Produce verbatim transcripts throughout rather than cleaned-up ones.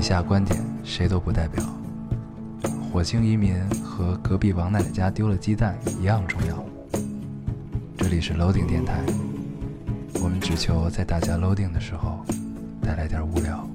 下观点谁都不代表。火星移民和隔壁王奶奶家丢了鸡蛋一样重要。这里是 Loading 电台，我们只求在大家 Loading 的时候带来点无聊。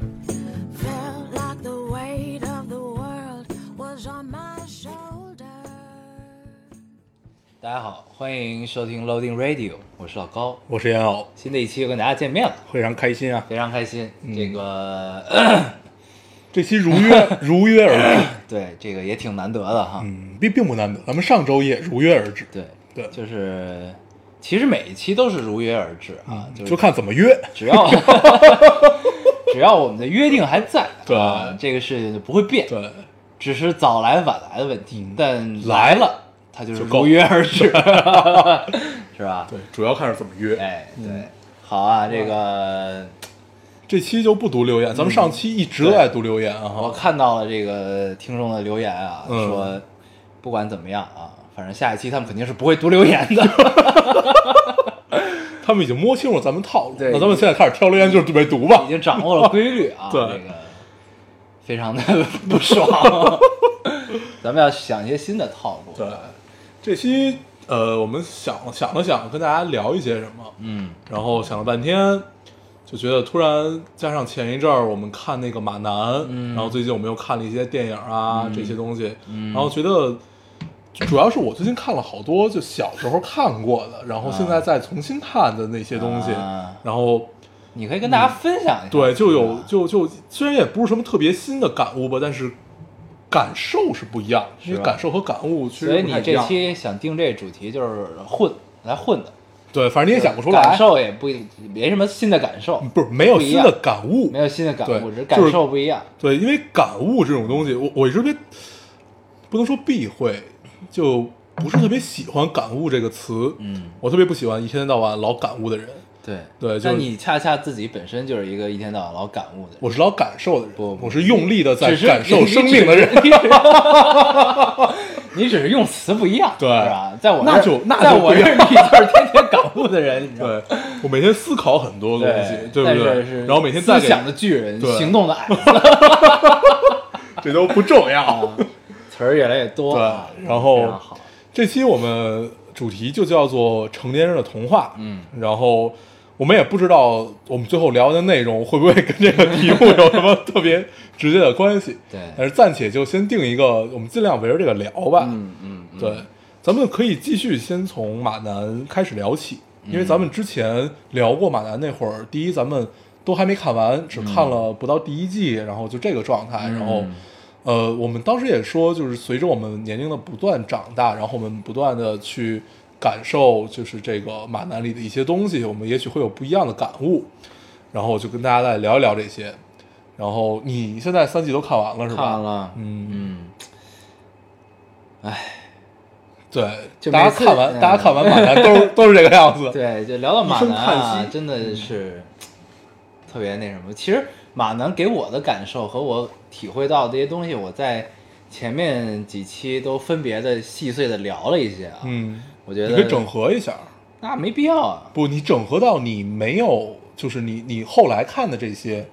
大家好，欢迎收听 Loading Radio， 我是老高， 我是烟偶。 新的一期又跟大家见面了， 非常开心啊， 非常开心。 嗯、 这个这期如约如约而至， 对，这个也挺难得的哈。 嗯，并并不难得，咱们上周也如约而至。 对对， 就是其实每一期都是如约而至啊， 嗯、 就, 就看怎么约， 只要只要我们的约定还在， 对、 啊，这个事情就不会变。 对， 只是早来晚来的问题， 嗯、 但来了。它就是如约而至，是吧？ 对，主要看是怎么约。 哎，对，嗯、好啊，这个这期就不读留言，咱们上期一直都在读留言啊。 我看到了这个听众的留言啊， 嗯、 说不管怎么样啊，反正下一期他们肯定是不会读留言的。 他们已经摸清了咱们套路，那咱们现在开始挑留言，就是准备读吧。 已经掌握了规律啊， 对， 这个非常的不爽。咱们要想一些新的套路。 对。这期呃，我们想想了想，跟大家聊一些什么， 嗯， 然后想了半天，就觉得突然加上前一阵儿我们看那个马南， 嗯， 然后最近我们又看了一些电影啊、嗯、这些东西， 嗯， 然后觉得主要是我最近看了好多就小时候看过的，然后现在再重新看的那些东西， 啊、 然后你可以跟大家分享一下， 嗯、对，就有就就虽然也不是什么特别新的感悟吧，但是。感受是不一样，因为感受和感悟其实不太一样。 所以你这期想定这主题就是混来混的， 对，反正你也想不出来， 感受也不没什么新的感受， 不是没有新的感悟， 没有新的感悟，只是感受不一样。 对，因为感悟这种东西，我我一直别不能说避讳，就不是特别喜欢感悟这个词。 嗯， 我特别不喜欢一天到晚老感悟的人。 对对， 那你恰恰自己本身就是一个一天到晚老感悟的人。 我是老感受的人， 不， 我是用力的在感受生命的人。 你只是用词不一样， 对， 是吧？在我那就那在我这儿，你就是天天感悟的人，你知道吗？ 对，我每天思考很多东西，对不对？ 是然后每天思想的巨人，行动的矮子， 这都不重要， 啊、词儿越来越多。 对，然后这期我们主题就叫做成年人的童话， 嗯， 然后。我们也不知道我们最后聊的内容会不会跟这个题目有什么特别直接的关系， 对， 但是暂且就先定一个，我们尽量围着这个聊吧。 嗯嗯，嗯对，咱们可以继续先从马南开始聊起，因为咱们之前聊过马南那会儿，第一咱们都还没看完，只看了不到第一季，然后就这个状态， 嗯、 然后呃，我们当时也说，就是随着我们年龄的不断长大，然后我们不断的去。感受就是这个马南里的一些东西，我们也许会有不一样的感悟，然后就跟大家来聊一聊这些。然后你现在三季都看完了是吧？ 看了， 嗯嗯。哎， 对， 就大家看完，大家看完马南都是都是这个样子。 对，就聊到马南啊，真的是特别那什么。其实马南给我的感受和我体会到这些东西，我在前面几期都分别的细碎的聊了一些啊。 嗯。 我觉得你可以整合一下， 那没必要啊。 不，你整合到你没有，就是你你后来看的这些，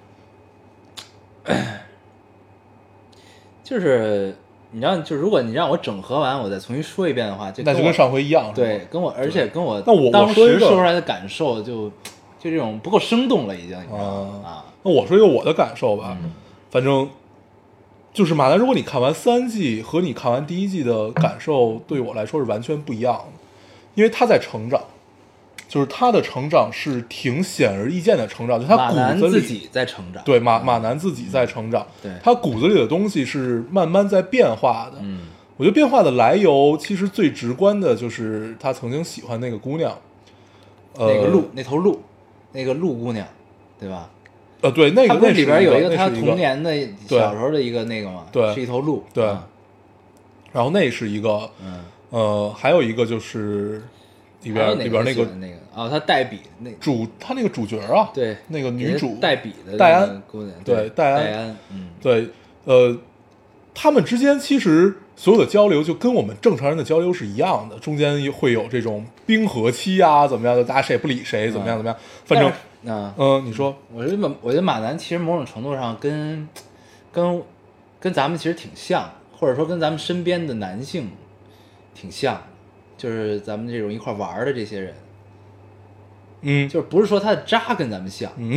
就是你让就如果你让我整合完，我再重新说一遍的话，就那就跟上回一样。 对，跟我而且跟我那我当时说出来的感受就就这种不够生动了，已经。 啊啊， 那我说一个我的感受吧， 嗯、 反正。就是马南，如果你看完三季和你看完第一季的感受，对我来说是完全不一样的，因为他在成长，就是他的成长是挺显而易见的成长，就他骨子里自己在成长， 对马马南自己在成长， 对他骨子里的东西是慢慢在变化的。 嗯， 我觉得变化的来由其实最直观的就是他曾经喜欢那个姑娘， 呃，那个鹿，那头鹿，那个鹿姑娘，对吧？ 呃，对，那个那里边有一个他童年的小时候的一个那个嘛， 对， 是一头鹿， 对。 嗯、 然后那是一个， 嗯， 呃，还有一个就是里边里边那个那个哦，他黛比那主，他那个主角啊， 对， 那个女主黛比的戴安姑娘， 对， 戴安， 安，嗯， 对，呃，他们之间其实所有的交流就跟我们正常人的交流是一样的，中间会有这种冰河期啊，怎么样的，大家谁也不理谁，怎么样怎么样，反正， 嗯嗯，你说， 我觉得马，我觉得马南其实某种程度上跟跟跟咱们其实挺像，或者说跟咱们身边的男性挺像，就是咱们这种一块玩的这些人， 嗯， 就是不是说他的渣跟咱们像， 嗯，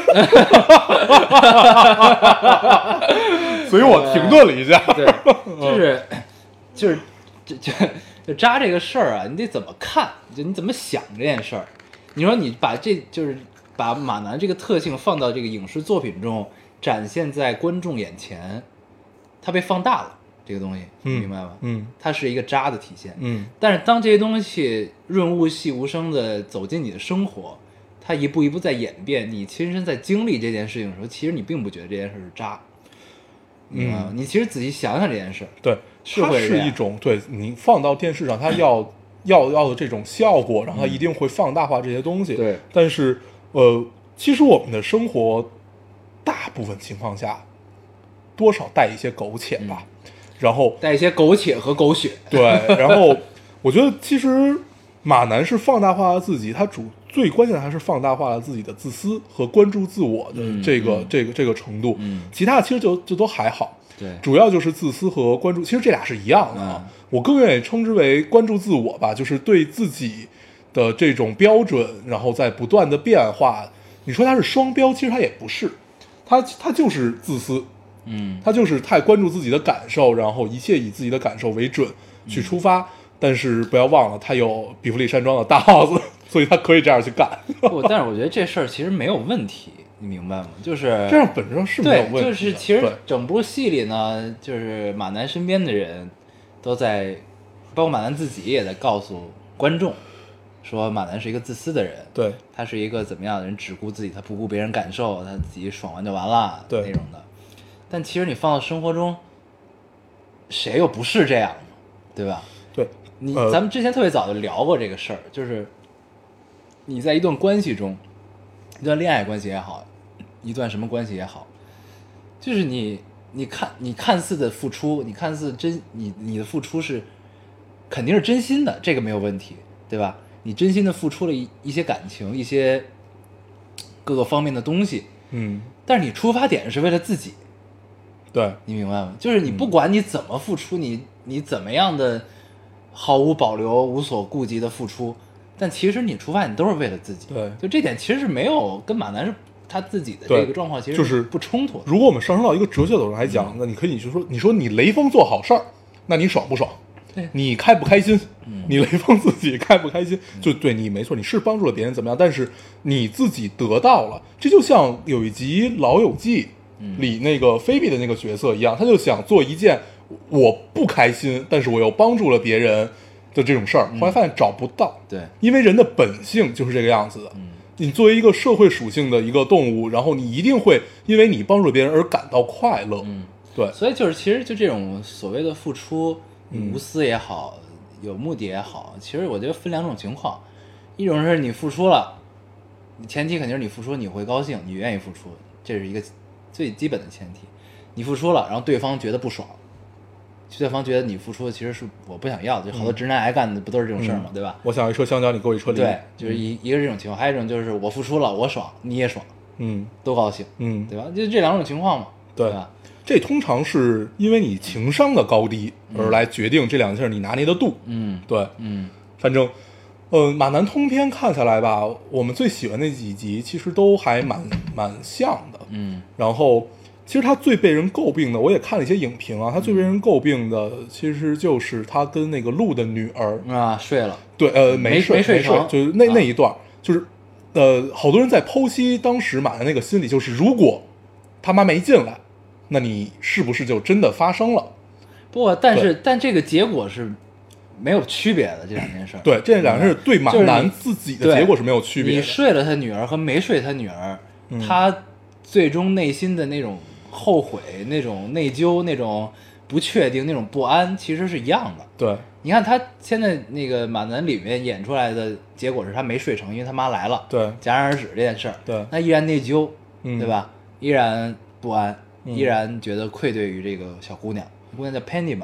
所以我停顿了一下， 对，就是就是就就就渣这个事儿啊，你得怎么看，就你怎么想这件事儿。你说你把这就是把马南这个特性放到这个影视作品中，展现在观众眼前，它被放大了，这个东西，你明白吗？ 嗯， 它是一个渣的体现。 嗯， 但是当这些东西润物细无声的走进你的生活，它一步一步在演变，你亲身在经历这件事情的时候，其实你并不觉得这件事是渣。嗯，你其实仔细想想这件事， 对， 是会它是一种对你放到电视上，它要要要的这种效果，然后它一定会放大化这些东西。 对， 但是呃，其实我们的生活大部分情况下，多少带一些苟且吧，嗯、然后带一些苟且和狗血。 对，然后我觉得其实马南是放大化了自己，他主最关键的还是放大化了自己的自私和关注自我的这个、 嗯、 这个这个程度， 嗯， 其他的其实就就都还好。 对， 主要就是自私和关注，其实这俩是一样的啊。嗯、我更愿意称之为关注自我吧，就是对自己的这种标准，然后在不断的变化。你说它是双标，其实它也不是，它它就是自私， 嗯， 它就是太关注自己的感受，然后一切以自己的感受为准去出发。嗯、但是不要忘了，他有比弗利山庄的大 house， 所以他可以这样去干。 不，但是我觉得这事儿其实没有问题。你明白吗？就是这样本身是没有问题的。 对，就是其实整部戏里呢，就是马南身边的人都在，包括马南自己也在告诉观众，说马南是一个自私的人， 对， 他是一个怎么样的人，只顾自己，他不顾别人感受，他自己爽完就完了， 对那种的。但其实你放到生活中，谁又不是这样呢？对吧？ 对， 你、 呃、 咱们之前特别早就聊过这个事儿，就是你在一段关系中，一段恋爱关系也好。一段什么关系也好，就是你，你看，你看似的付出，你看似真，你你的付出是肯定是真心的，这个没有问题，对吧？你真心的付出了一一些感情，一些各个方面的东西， 嗯， 但是你出发点是为了自己， 对， 你明白吗？就是你不管你怎么付出，嗯、你你怎么样的毫无保留、无所顾忌的付出，但其实你出发点都是为了自己， 对， 就这点其实是没有跟马南是。他自己的这个状况其实就是不冲突。 如果我们上升到一个哲学角度来讲，嗯、那你可以就说，你说你雷锋做好事儿，那你爽不爽？ 对， 你开不开心？ 嗯、 你雷锋自己开不开心？嗯、就对你没错，你是帮助了别人怎么样？但是你自己得到了，这就像有一集《老友记》里那个菲比的那个角色一样，他就想做一件我不开心，但是我又帮助了别人的这种事儿，后来发现找不到。 嗯、对， 因为人的本性就是这个样子的。嗯，你作为一个社会属性的一个动物，然后你一定会因为你帮助别人而感到快乐。 嗯， 对， 所以就是其实就这种所谓的付出， 嗯、 无私也好，有目的也好，其实我觉得分两种情况，一种是你付出了，前提肯定是你付出你会高兴，你愿意付出，这是一个最基本的前提。你付出了，然后对方觉得不爽，对方觉得你付出的其实是我不想要的，就好多直男癌干的不都是这种事儿吗？ 嗯、 对吧？ 我想要一车香蕉，你给我一车梨。 对，就是一、嗯、一个是这种情况，还有一种就是我付出了，我爽，你也爽， 嗯， 都高兴， 嗯， 对吧？就这两种情况嘛， 对, 对吧？ 这通常是因为你情商的高低而来决定这两件事你拿捏的度。 嗯， 对， 嗯， 反正，呃，马南通篇看下来吧，我们最喜欢那几集其实都还蛮蛮像的。 嗯， 然后。其实他最被人诟病的，我也看了一些影评啊，他最被人诟病的其实就是他跟那个陆的女儿啊睡了， 对，呃，没睡没睡成， 就是那、 啊、 那一段，就是呃，好多人在剖析当时马南那个心理，就是如果他妈没进来，那你是不是就真的发生了？ 不，但是但这个结果是没有区别的，这两件事。 对，这两件事对马南自己的结果是没有区别的。 你睡了他女儿和没睡他女儿， 嗯、 他最终内心的那种。后悔那种内疚那种不确定那种不安其实是一样的。 对， 你看他现在那个马南里面演出来的结果是他没睡成，因为他妈来了， 对， 戛然而止这件事儿， 对， 那依然内疚， 嗯、 对吧？依然不安， 嗯、 依然觉得愧对于这个小姑娘，姑娘叫 Penny 吧，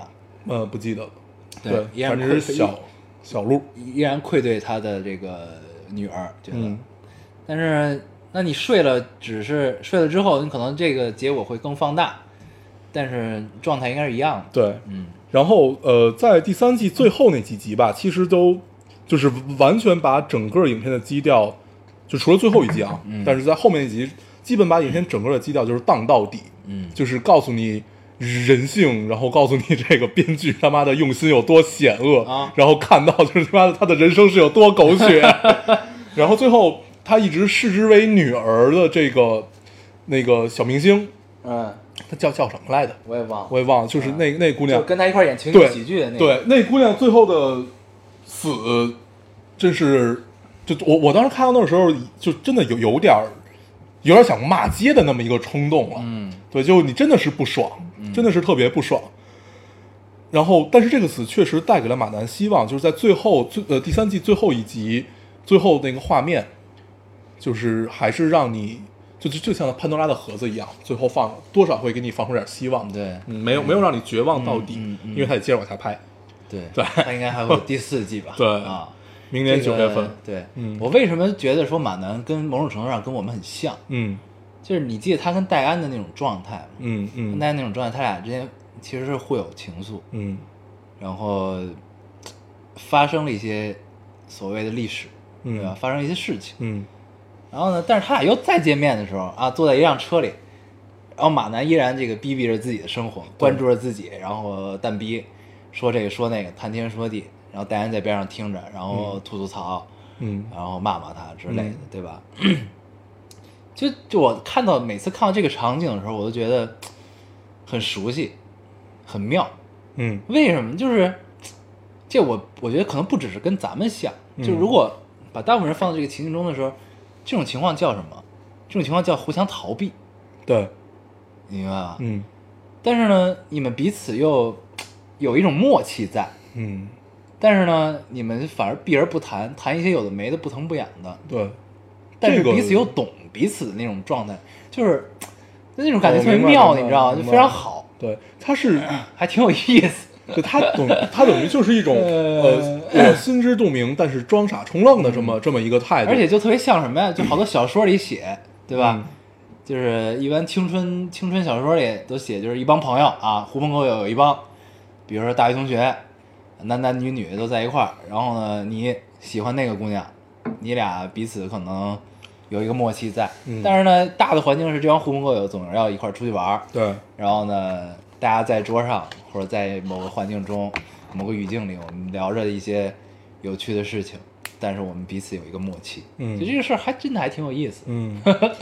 呃，不记得了。 对依然反正是愧小小鹿。 依然愧对他的这个女儿，觉得。 嗯但是，那你睡了，只是睡了之后，你可能这个结果会更放大，但是状态应该是一样的。 对， 嗯， 然后呃，在第三季最后那几集吧，其实都就是完全把整个影片的基调，就除了最后一集啊， 嗯但是在后面一集，基本把影片整个的基调就是荡到底， 嗯就是告诉你人性，然后告诉你这个编剧他妈的用心有多险恶， 啊然后看到就是他妈的他的人生是有多狗血，然后最后他一直视之为女儿的这个那个小明星， 嗯， 他叫叫什么来着？ 我也忘了， 我也忘了，就是那、那姑娘就跟他一块演情景对喜剧的那个。 对，那姑娘最后的死，真是，就我我当时看到那个时候，就真的有有点儿，有点想骂街的那么一个冲动了。 嗯， 对，就你真的是不爽，真的是特别不爽。然后，但是这个死确实带给了马南希望，就是在最后最呃第三季最后一集最后那个画面，就是还是让你就就就像潘多拉的盒子一样，最后放多少会给你放出点希望。 对嗯，没有没有让你绝望到底， 嗯嗯嗯因为他得接着往下拍。 对对他应该还会有第四季吧？ 对啊， 明年这个九月份， 对， 嗯我为什么觉得说马南跟某种程度上跟我们很像？ 嗯就是你记得他跟戴安的那种状态吗？ 嗯嗯跟戴安那种状态，他俩之间其实是互有情愫， 嗯然后发生了一些所谓的历史， 嗯对吧？发生了一些事情， 嗯然后呢，但是他俩又再见面的时候啊，坐在一辆车里，然后马南依然这个逼逼着自己的生活，关注着自己，然后蛋逼说这个说那个，谈天说地，然后戴安在边上听着，然后吐吐槽， 嗯然后骂骂他之类的， 嗯对吧？就就我看到每次看到这个场景的时候，我都觉得很熟悉，很妙。 嗯为什么？就是这我我觉得可能不只是跟咱们像， 嗯就如果把大部分人放到这个情境中的时候，这种情况叫什么？这种情况叫互相逃避， 对， 你明白吧？ 嗯但是呢，你们彼此又有一种默契在， 嗯但是呢，你们反而避而不谈，谈一些有的没的、不疼不痒的， 对，这个但是彼此又懂彼此的那种状态，就是那种感觉特别哦明白妙， 明白你知道吗？就明白非常好， 对，他是。 还挺有意思。 就他等他等于就是一种呃，我心知肚明，但是装傻充愣的这么这么一个态度， 而且就特别像什么呀？就好多小说里写，对吧？ 嗯就是一般青春青春小说里都写，就是一帮朋友啊，狐朋狗友有一帮，比如说大学同学，男男女女都在一块儿，然后呢，你喜欢那个姑娘，你俩彼此可能有一个默契在， 嗯但是呢，大的环境是这帮狐朋狗友总是要一块儿出去玩儿， 对， 然后呢，大家在桌上或者在某个环境中、某个语境里，我们聊着一些有趣的事情，但是我们彼此有一个默契， 嗯就这个事儿还真的还挺有意思。 嗯，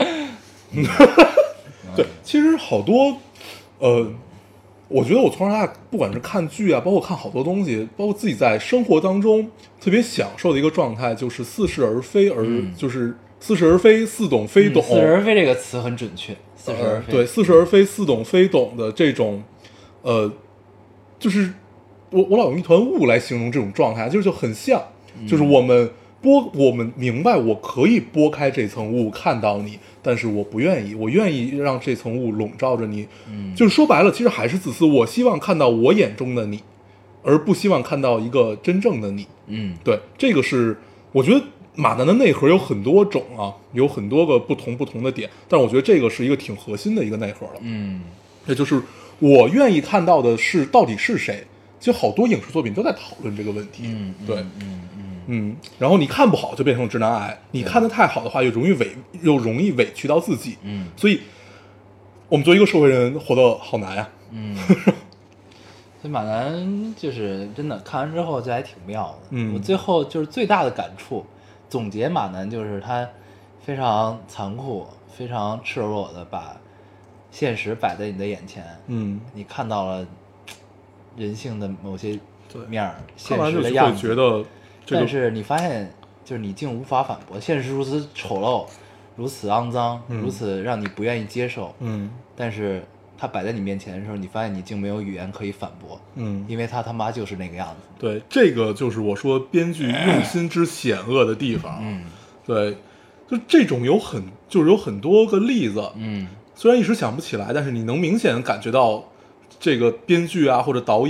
对，其实好多，呃，我觉得我从小到大，不管是看剧啊，包括看好多东西，包括自己在生活当中特别享受的一个状态，就是似是而非，而、 嗯就是似是而非，似懂非懂。 嗯似是而非这个词很准确，似是而非。 呃对，似是而非，似懂非懂的这种，呃，就是我我老用一团雾来形容这种状态，就是就很像，就是我们拨，我们明白我可以拨开这层雾看到你，但是我不愿意，我愿意让这层雾笼罩着你， 嗯就是说白了，其实还是自私，我希望看到我眼中的你，而不希望看到一个真正的你。 嗯对，这个是我觉得马南的内核有很多种啊，有很多个不同不同的点，但是我觉得这个是一个挺核心的一个内核了。 嗯也就是我愿意看到的是到底是谁。其实好多影视作品都在讨论这个问题。 嗯， 对， 嗯嗯嗯，然后你看不好就变成直男癌，你看的太好的话又容易委又容易委屈到自己。 嗯所以我们作为一个社会人活得好难呀。 嗯。所以马南就是真的看完之后就还挺妙的。 嗯我最后就是最大的感触，总结马南就是他非常残酷、非常赤裸裸的把现实摆在你的眼前， 嗯， 你看到了人性的某些面儿，现看完就是会实的样子， 觉得这个但是你发现，就是你竟无法反驳，现实如此丑陋，如此肮脏， 嗯如此让你不愿意接受。 嗯但是它摆在你面前的时候，你发现你竟没有语言可以反驳， 嗯， 因为它他妈就是那个样子。 对，这个就是我说编剧用心之险恶的地方。 嗯对，就这种有很就是有很多个例子， 嗯虽然一时想不起来，但是你能明显感觉到这个编剧啊或者导演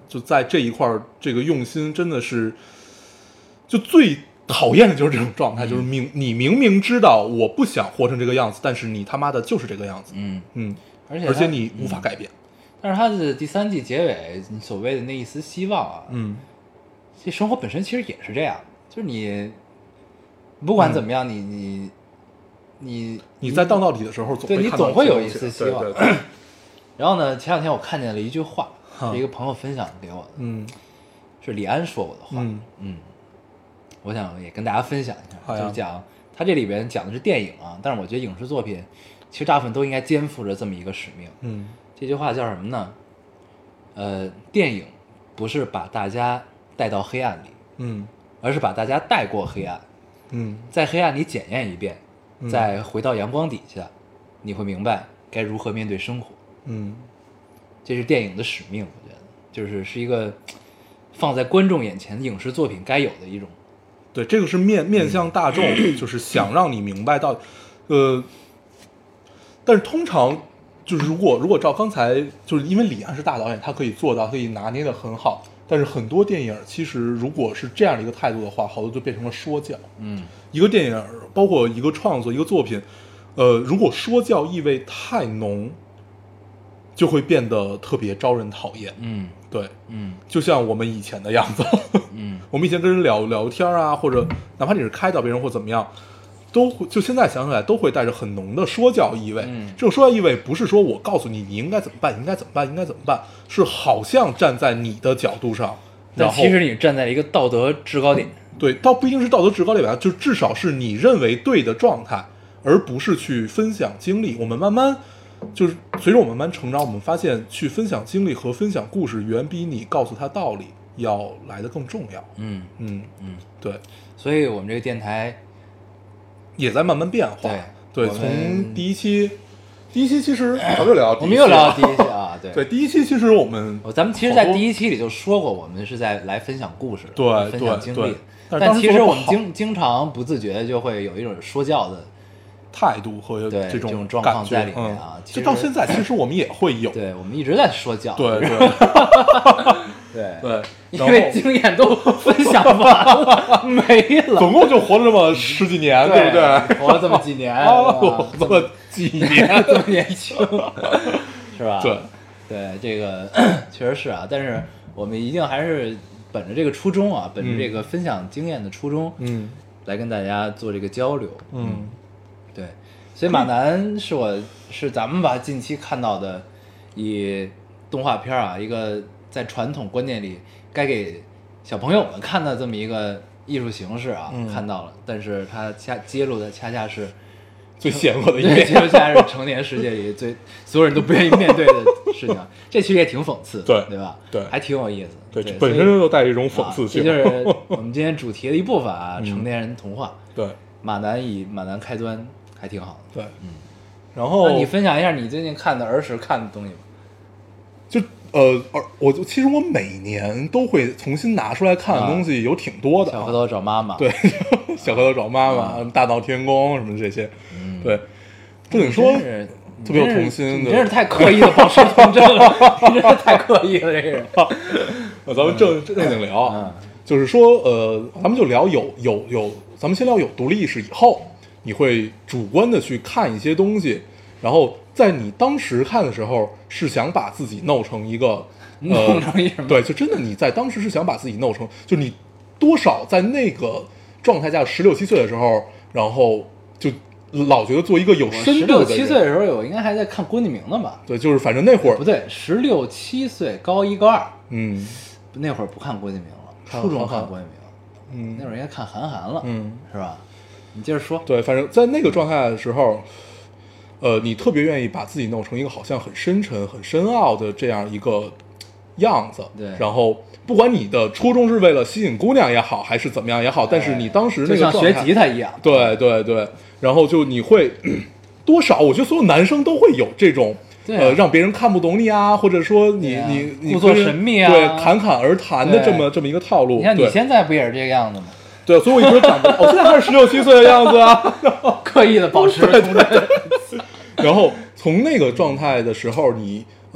就在这一块儿，这个用心真的是，就最讨厌的就是这种状态， 嗯就是明你明明知道我不想活成这个样子，但是你他妈的就是这个样子， 嗯， 嗯， 而且而且它你无法改变， 但是它的第三季结尾，你所谓的那一丝希望啊， 嗯这生活本身其实也是这样，就是你不管怎么样，你你你你在荡到底的时候，总对你会看到总会有一些东西丝希望。 对对对然后呢，前两天我看见了一句话， 哈是一个朋友分享给我的， 嗯是李安说过的话， 嗯嗯，我想也跟大家分享一下， 好呀就是讲他这里边讲的是电影啊，但是我觉得影视作品其实大部分都应该肩负着这么一个使命。 嗯这句话叫什么呢？呃，电影不是把大家带到黑暗里， 嗯而是把大家带过黑暗， 嗯在黑暗里检验一遍， 嗯再回到阳光底下，你会明白该如何面对生活。 嗯这是电影的使命，我觉得就是是一个放在观众眼前影视作品该有的一种。 对，这个是面面向大众，就是想让你明白到，呃，但是通常就是如果如果照刚才，就是因为李安是大导演，他可以做到，可以拿捏的很好。但是很多电影其实如果是这样的一个态度的话，好多就变成了说教。 嗯一个电影，包括一个创作、一个作品，呃，如果说教意味太浓，就会变得特别招人讨厌。 嗯对， 嗯就像我们以前的样子。 嗯我们以前跟人聊聊天啊，或者哪怕你是开导别人或怎么样，都会就现在想起来都会带着很浓的说教意味。 嗯这种说教意味不是说我告诉你你应该怎么办，应该怎么办，应该怎么办，是好像站在你的角度上，然后但其实你站在一个道德制高点。 对，倒不一定是道德制高点吧，就至少是你认为对的状态，而不是去分享经历。我们慢慢就是随着我们慢慢成长，我们发现去分享经历和分享故事，远比你告诉他道理要来的更重要。 嗯嗯， 嗯， 对， 所以我们这个电台， 也在慢慢变化。对， 对我们从第一期，第一期其实咱们又聊到第一期了， 我们又聊到第一期啊，对对，第一期其实我们哦咱们其实，在好多第一期里就说过，我们是在来分享故事， 对分享经历对对。但是当时但其实做得不好我们经经常不自觉地就会有一种说教的， 态度和对这这种状感觉况在里面嗯啊其实就到现在，其实我们也会有。 对我们一直在说教， 对对对对， 因为然后经验都分享完了，没了， 总共就活了这么十几年，对不对？ 活了这么几年， 啊， 是吧我这么几年， 这么年轻，是吧？ 对对，这个确实是啊，但是我们一定还是本着这个初衷啊，本着这个分享经验的初衷， 嗯来跟大家做这个交流。 嗯对，所以马南是我是咱们吧近期看到的以动画片啊，一个在传统观念里该给小朋友们看的这么一个艺术形式啊， 嗯看到了，但是它恰揭露的恰恰是最险恶的一对， 面其实现在是成年世界里最所有人都不愿意面对的事情，这其实也挺讽刺， 对对吧？ 对还挺有意思。 对， 对， 本身所以就带着一种讽刺性。 啊这就是我们今天主题的一部分啊， 嗯成年人童话。 对马南以马南开端，还挺好的。 对，然后那你分享一下你最近看的儿时看的东西吧。 就呃，而我就其实我每年都会重新拿出来看的东西有挺多的啊。 小蝌蚪找妈妈， 对，小蝌蚪找妈妈，什么大闹天宫什么这些， 嗯对，不得说真是特别有童心的你真是太刻意的保持童真了，你真是太刻意了，这个人。 呃，咱们正正经聊啊， 嗯就是说，呃，咱们就聊有有有，咱们先聊有独立意识以后，你会主观的去看一些东西，然后在你当时看的时候，是想把自己弄成一个，呃弄成一什么， 对，就真的你在当时是想把自己弄成，就你多少在那个状态下，十六七岁的时候，然后就老觉得做一个有我深度的人， 十六七岁的时候，我应该还在看郭敬明呢吧？ 对，就是反正那会儿不，对，十六七岁，高一高二， 嗯那会儿不看郭敬明了， 看初中韩寒看郭敬明， 嗯那会儿应该看韩寒了， 嗯， 是吧？你接着说。 对，反正在那个状态的时候，呃，你特别愿意把自己弄成一个好像很深沉、很深奥的这样一个样子。 对然后不管你的初衷是为了吸引姑娘也好，还是怎么样也好，但是你当时那就像学个状态， 吉他一样， 对对对，然后就你会多少，我觉得所有男生都会有这种。 对啊呃，让别人看不懂你啊，或者说你、 对啊你你故作跟人神秘啊对，侃侃而谈的对这么这么一个套路。 你看你对现在不也是这个样子吗？ 对，所以我一直长不，我现在还是十六七岁的样子啊。 刻意的保持童真。 然后从那个状态的时候，你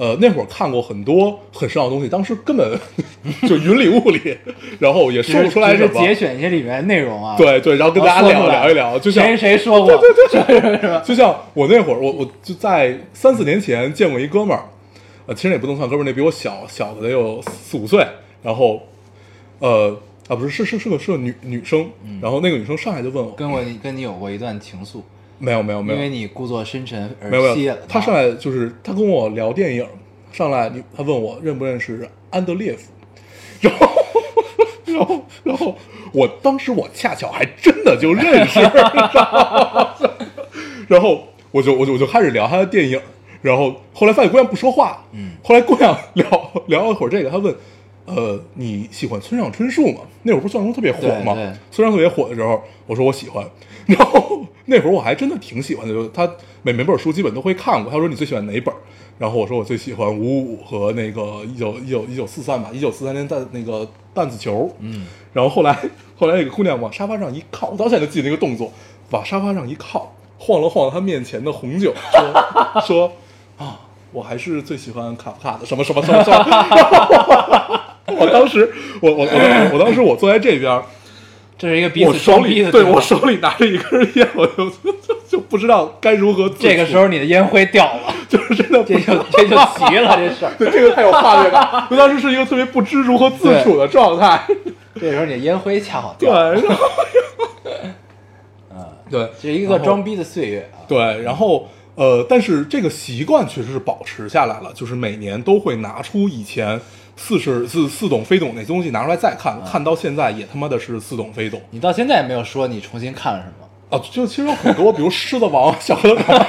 呃，那会儿看过很多很深奥的东西，当时根本就云里雾里，然后也说不出来什么。 只是节选一些里面内容啊。 对对，然后跟大家聊聊一聊，就像谁谁说过，对对对，是吧？ 就像我那会儿，我我就在三四年前见过一哥们儿，呃，其实也不能算哥们儿，那比我小小的得有四五岁，然后，呃啊不是是是是个是个女女生，然后那个女生上来就问我， 跟我跟你有过一段情愫。 没有没有没有， 因为你故作深沉而没有没有吸引了， 他上来就是他跟我聊电影，上来你他问我认不认识安德烈夫，然后然后然后我当时我恰巧还真的就认识，然后我就我就我就开始聊他的电影，然后后来发现姑娘不说话，嗯，后来姑娘聊聊一会儿这个，她问。呃，你喜欢村上春树吗？那会儿不是村上春树特别火吗？村上特别火的时候，我说我喜欢。然后那会儿我还真的挺喜欢的，就是他每每本书基本都会看过。他说你最喜欢哪本？然后我说我最喜欢五五五和那个一九一九一九四三吧，一九四三年弹那个弹子球。嗯。然后后来后来那个姑娘往沙发上一靠，我到现在都记得那个动作，往沙发上一靠，晃了晃他面前的红酒，说说啊，我还是最喜欢卡夫卡的什么什么什么什么。我当时，我我我我当时我坐在这边， 这是一个彼此手里的， 对我手里拿着一根烟，我就就就不知道该如何自处。 这个时候你的烟灰掉了， 就是真的这就这就急了这事儿。 对，这个太有画面感。我当时是一个特别不知如何自处的状态。 这时候你的烟灰恰好掉了。对，然后， 嗯， 对， 这是一个装逼的岁月啊。 对，然后。呃，但是这个习惯确实是保持下来了，就是每年都会拿出以前似是似似懂非懂那东西拿出来再看，嗯、看到现在也他妈的是似懂非懂。 你到现在也没有说你重新看了什么啊？就其实有很多，比如《狮子王》、小蝌蚪。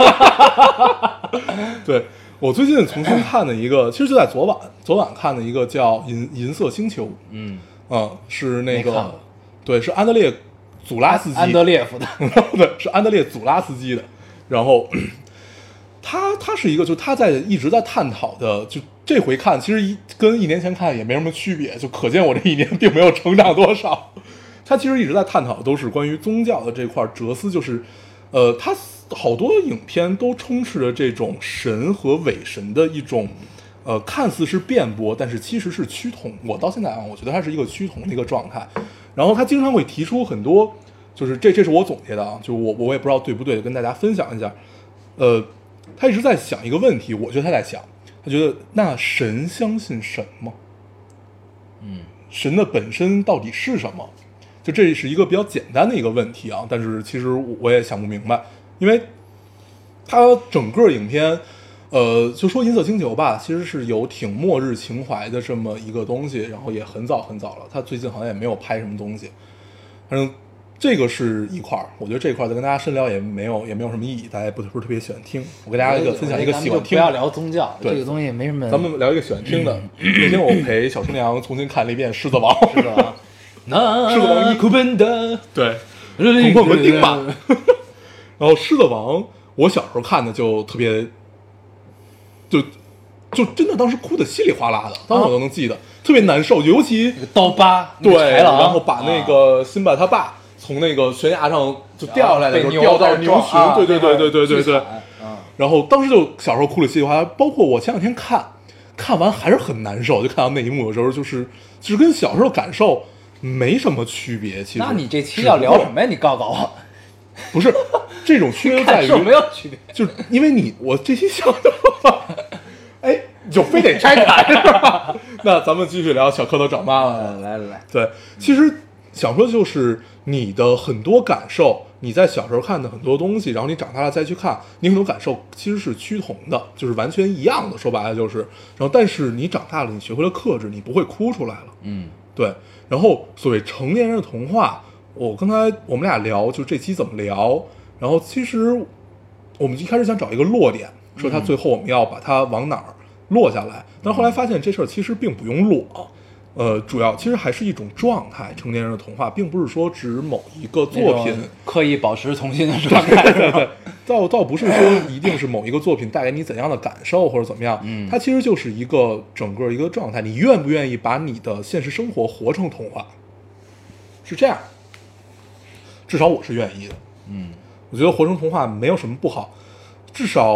对，我最近重新看的一个，其实就在昨晚，昨晚看的一个叫《银银色星球》。嗯嗯，是那个，对，是安德烈祖拉斯基， 安德烈夫的， 对，是安德烈祖拉斯基的，然后。他他是一个，就他在一直在探讨的，就这回看，其实一跟一年前看也没什么区别，就可见我这一年并没有成长多少。他其实一直在探讨的都是关于宗教的这块哲思，就是，呃，他好多影片都充斥着这种神和伪神的一种，呃，看似是辩驳，但是其实是趋同。我到现在啊，我觉得他是一个趋同的一个状态。然后他经常会提出很多，就是这这是我总结的啊，就我我也不知道对不对，跟大家分享一下，呃。他一直在想一个问题，我觉得他在想，他觉得那神相信神吗？嗯，神的本身到底是什么？就这是一个比较简单的一个问题啊，但是其实我也想不明白，因为他整个影片，呃，就说《银色星球》吧，其实是有挺末日情怀的这么一个东西，然后也很早很早了，他最近好像也没有拍什么东西，反正。这个是一块儿，我觉得这一块儿再跟大家深聊也没有也没有什么意义，大家不不是特别喜欢听。我给大家一个分享一个喜欢听， 不要聊宗教， 对这个东西没什么。 咱们聊一个喜欢听的。那天我陪小厨娘重新看了一遍《狮子王》， 狮子王，那狮子王一库本的， 对，红破门钉吧。然后《狮子王》，我小时候看的就特别，就就真的当时哭的稀里哗啦的，当时我都能记得，特别难受，尤其刀疤， 对，然后把那个辛巴他爸。从那个悬崖上就掉下来的时候，掉到牛群，对对对对对对对。然后当时就小时候哭了稀里哗啦，包括我前两天看，看完还是很难受，就看到那一幕的时候，就是就是跟小时候感受没什么区别。其实， 那你这期要聊什么呀？你告诉我。 不是这种区别在于没有区别， 就是因为你我这期想的话，哎，就非得拆台是吧？那咱们继续聊小蝌蚪找妈妈。 来来来， 对，其实想说的就是你的很多感受，你在小时候看的很多东西，然后你长大了再去看，你很多感受其实是趋同的，就是完全一样的。说白了就是，然后但是你长大了，你学会了克制，你不会哭出来了。嗯，对。然后所谓成年人的童话，我刚才我们俩聊，就这期怎么聊？然后其实我们一开始想找一个落点，说它最后我们要把它往哪儿落下来，但是后来发现这事儿其实并不用落。呃，主要其实还是一种状态。成年人的童话，并不是说指某一个作品刻意保持童心的状态， 对对对，倒倒不是说一定是某一个作品带给你怎样的感受或者怎么样，嗯，它其实就是一个整个一个状态。你愿不愿意把你的现实生活活成童话？是这样，至少我是愿意的。嗯，我觉得活成童话没有什么不好，至少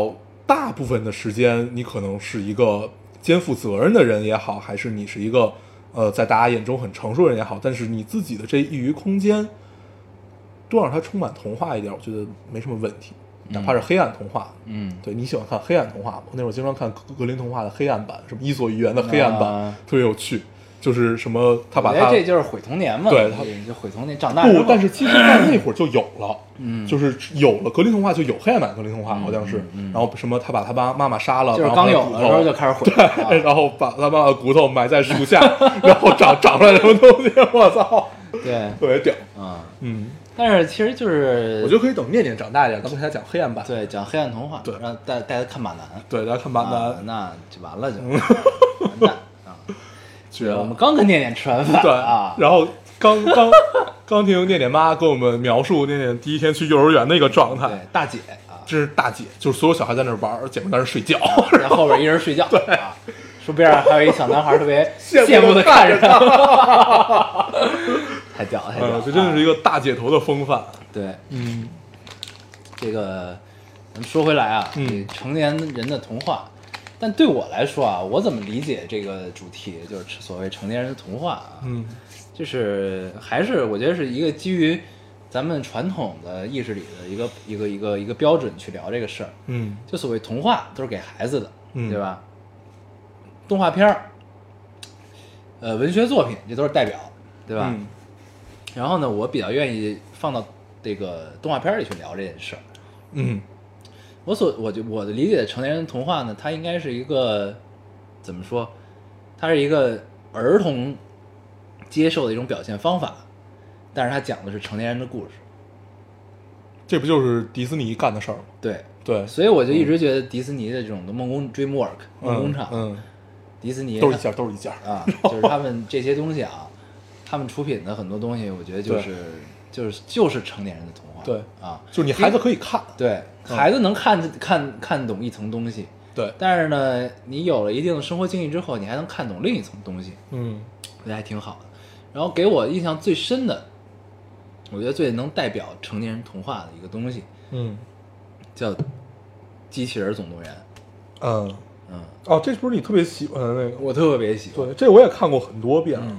大部分的时间，你可能是一个肩负责任的人也好，还是你是一个呃在大家眼中很成熟的人也好，但是你自己的这一隅空间，多让它充满童话一点，我觉得没什么问题。哪怕是黑暗童话， 嗯， 对，你喜欢看黑暗童话吗？我那会儿经常看格格林童话的黑暗版，什么《伊索寓言》的黑暗版， 啊特别有趣。就是什么，他把他我觉得这就是毁童年嘛， 对他就毁童年，长大之不后， 但是其实在那会儿就有了， 嗯就是有了格林童话，就有黑暗版格林童话，好像是。 嗯嗯然后什么，他把他妈妈妈杀了， 就是然后刚有的时候就把开始毁， 他骨头对，然后把他妈妈的骨头埋在树下，然后长长出来什么东西，我操， 对， 特别屌。 啊， 嗯， 但是其实就是我觉得可以等念念长大一点，咱们给他讲黑暗版。 对讲黑暗童话， 对让带带他看马南， 对，大家看马啊南， 那就完了就完蛋啊！ 是我们刚跟念念吃完饭对啊， 然后刚刚刚听念念妈跟我们描述念念第一天去幼儿园那个状态， 对大姐啊， 真是大姐，就是所有小孩在那玩，姐妹在那睡觉， 在后边一人睡觉，对啊，树边上还有一小男孩特别羡羡慕的慕地看着看着他，太屌了，太屌了嗯，，这真的是一个大姐头的风范。 对嗯这个。咱们说回来啊， 嗯这成年人的童话，但对我来说啊，我怎么理解这个主题，就是所谓成年人的童话啊， 嗯就是还是我觉得是一个基于咱们传统的意识里的一个一个一个一个标准去聊这个事儿。 嗯就所谓童话都是给孩子的， 嗯对吧？动画片儿，呃，文学作品这都是代表，对吧？ 嗯然后呢，我比较愿意放到这个动画片儿里去聊这件事儿。 嗯我所我就我的理解的成年人童话呢，它应该是一个怎么说？它是一个儿童接受的一种表现方法，但是它讲的是成年人的故事。 这不就是迪士尼干的事儿吗？ 对， 对， 所以我就一直觉得迪士尼的这种的梦工 DreamWork 梦工厂， 嗯， 迪士尼都是一家，都是一家。 啊，就是他们这些东西啊，他们出品的很多东西，我觉得就是就是就是成年人的童话。 对啊， 就是你孩子可以看， 对，孩子能看看看懂一层东西， 对， 但是呢，你有了一定的生活经历之后，你还能看懂另一层东西， 嗯我觉得还挺好的。然后给我印象最深的，我觉得最能代表成年人童话的一个东西， 嗯叫《机器人总动员》。 嗯， 嗯， 哦，这不是你特别喜欢的那个？ 我特别喜欢。 对，这我也看过很多遍了。 嗯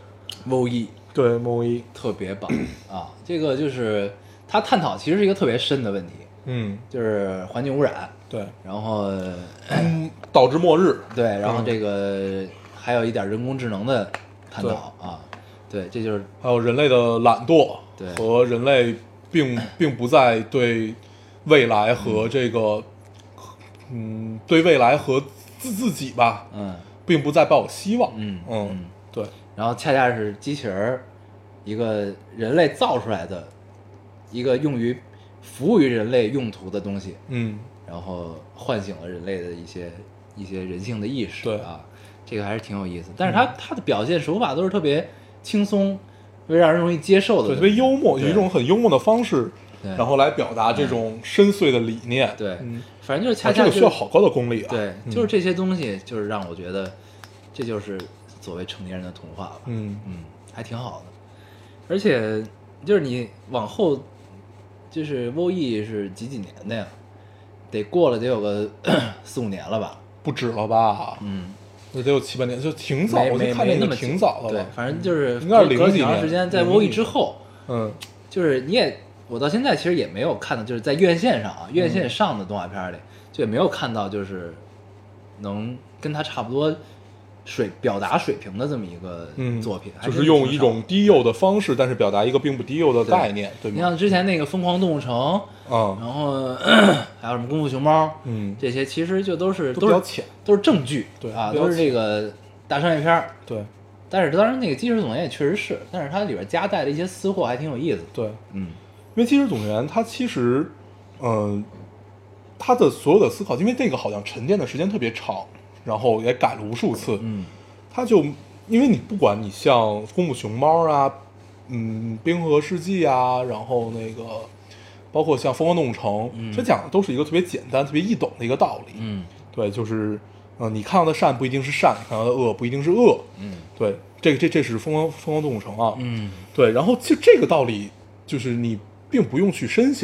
V O E 对，梦一， 特别棒啊！这个就是他探讨其实是一个特别深的问题， 嗯， 就是环境污染， 对， 然后嗯，导致末日。 对，然后这个还有一点人工智能的探讨啊，对，这就是还有人类的懒惰， 对和人类并并不再对未来和这个，嗯，对未来和自自己吧， 嗯并不再抱有希望。 嗯嗯， 嗯， 对， 然后恰恰是机器人儿，一个人类造出来的一个用于服务于人类用途的东西， 嗯， 然后唤醒了人类的一些一些人性的意识。 对啊，这个还是挺有意思。但是它它的表现手法都是特别轻松，特别让人容易接受的， 对，特别幽默， 对以一种很幽默的方式， 对然后来表达这种深邃的理念。 对， 嗯， 反正就是恰啊， 恰就这个需要好高的功力啊。 对， 嗯就是这些东西，就是让我觉得这就是所谓成年人的童话吧。 嗯嗯，还挺好的。而且就是你往后，就是 V O E 是几几年的呀？得过了得有个四五年了吧？ 不止了吧？ 嗯， 那得有七八年，就挺早， 没没我就看那个没那么久挺早的了。 对，反正就是应该是隔了零几年挺长时间，在零 V O E 几之后， 嗯就是你也我到现在其实也没有看到，就是在院线上啊，院线上的动画片里，就也没有看到就是能跟它差不多水表达水平的这么一个嗯， 作品，还就是是用挺少一种低幼的方式，但是表达一个并不低幼的概念，对你吗？ 像之前那个《疯狂动物城》， 啊， 然后还有什么《功夫熊猫》， 嗯， 这些其实就都是都是都比较浅， 都是正剧，啊， 对比较都是这个大商业片儿。 对但是当然，那个《机智总动员》也确实是，但是它里边夹带的一些私货还挺有意思的。 对， 嗯因为《机智总动员》它其实，嗯、它的所有的思考，因为这个好像沉淀的时间特别长，然后也改了无数次， 嗯它就因为你不管你像《功夫熊猫》啊，嗯，《冰河世纪》啊，然后那个包括像《疯狂动物城》， 嗯这讲的都是一个特别简单、特别易懂的一个道理。 嗯对，就是，呃，你看到的善不一定是善，你看到的恶不一定是恶。 嗯对，这个这这是疯狂疯狂动物城啊。 嗯对，然后其实这个道理就是你并不用去深想，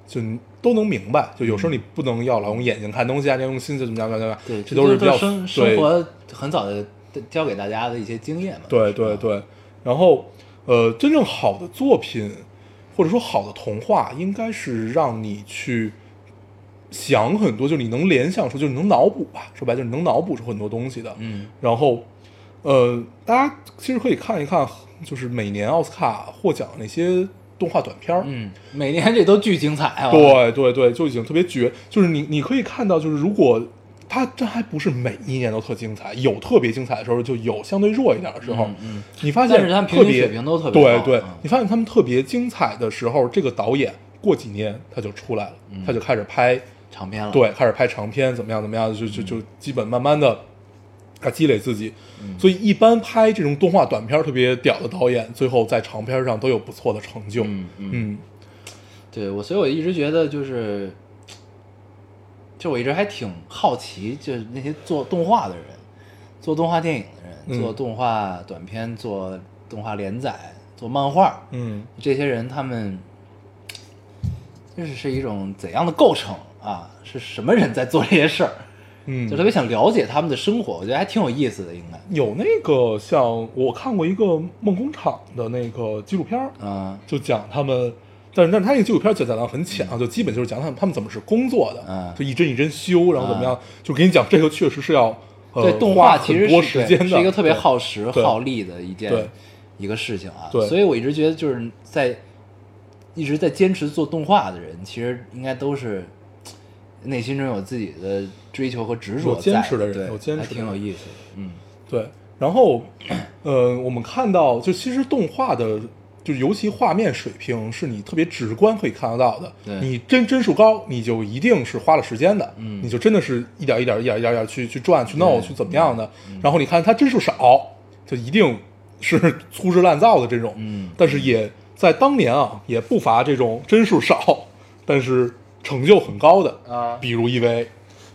就你都能明白。就有时候你不能要老用眼睛看东西啊，你要用心就怎么样怎么样， 对， 这都是比较生生活很早的教给大家的一些经验嘛。 对对对，然后呃，真正好的作品或者说好的童话，应该是让你去想很多，就是你能联想出，就是你能脑补吧，说白了就是你能脑补出很多东西的。 嗯， 然后呃，大家其实可以看一看，就是每年奥斯卡获奖的那些动画短片儿， 嗯，每年这都巨精彩啊。 对对对，就已经特别绝。就是你你可以看到，就是如果它这还不是每一年都特精彩，有特别精彩的时候，就有相对弱一点的时候。 嗯嗯， 你发现但是他们平均水平都特别高。 对对， 嗯你发现他们特别精彩的时候，这个导演过几年他就出来了， 嗯他就开始拍长篇了。 对，开始拍长片，怎么样怎么样，就就就基本慢慢的。他积累自己， 嗯所以一般拍这种动画短片特别屌的导演，最后在长片上都有不错的成就。 嗯嗯， 嗯对我，所以我一直觉得就是，就我一直还挺好奇，就是那些做动画的人，做动画电影的人， 嗯做动画短片，做动画连载，做漫画， 嗯这些人他们就是是一种怎样的构成啊？是什么人在做这些事儿？ 嗯， 就特别想了解他们的生活，我觉得还挺有意思的，应该。 有那个像我看过一个梦工厂的那个纪录片儿， 嗯就讲他们，但是但是他那个纪录片儿讲的很浅啊，就基本就是讲他们他们怎么是工作的， 嗯就一帧一帧修，然后怎么样，就给你讲这个确实是要呃对，动花画其实很多是对时间的， 是一个特别对耗时对耗力的一件对一个事情啊。 对所以我一直觉得就是在一直在坚持做动画的人，其实应该都是内心中有自己的追求和执着有在， 坚持的人对， 有坚持的还挺有人意思的。嗯对，然后呃，我们看到就其实动画的。就尤其画面水平是你特别直观可以看得到的， 对你帧帧数高，你就一定是花了时间的， 嗯你就真的是一点一点一点一点一点去去转去弄对去怎么样的，然后你看它帧数少，就一定是粗制滥造的这种， 嗯但是也在当年啊，也不乏这种帧数少，但是成就很高的啊比如 E V。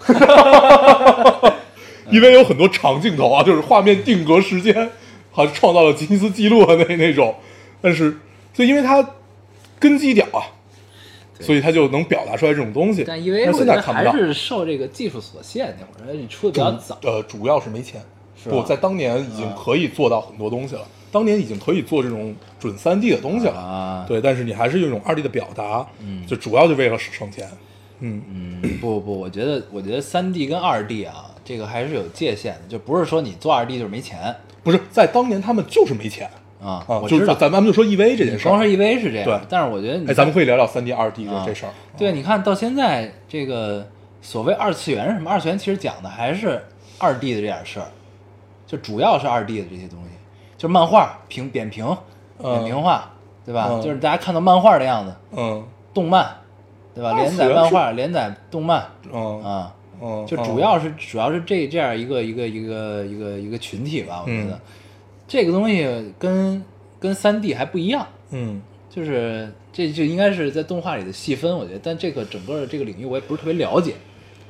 因为有很多长镜头啊，就是画面定格时间，好像创造了吉尼斯纪录的那那种，但是就因为它根基屌啊，所以它就能表达出来这种东西。 但因为但现我觉得在看不到， 还是受这个技术所限，那会儿你出的比较早， 呃，主要是没钱。 是吧不，在当年已经可以做到很多东西了，当年已经可以做这种准三 D 的东西了。 啊。 对，但是你还是用一种二 D 的表达， 嗯就主要就为了省钱。嗯嗯，不不，我觉得我觉得三 D 跟二 D 啊，这个还是有界限的，就不是说你做二 D 就是没钱不是在当年他们就是没钱啊。 啊，就是我知道， 咱咱们就说 E V 这件事儿， 光是 E V 是这样， 对但是我觉得你哎，咱们可以聊聊三 D、二 D 啊这这事儿。 对，你看到现在这个所谓二次元是什么？二次元其实讲的还是二 D 的这点事儿，就主要是二 D 的这些东西，就是漫画平扁平、扁平化，对吧？ 嗯就是大家看到漫画的样子， 嗯动漫，对吧？ 二次元连载漫画、连载动漫嗯啊， 嗯， 就主要是主要是这这样一个一个一个一个一个群体吧，我觉得嗯这个东西跟跟三 D 还不一样。 嗯就是这就应该是在动画里的细分，我觉得，但这个整个这个领域我也不是特别了解。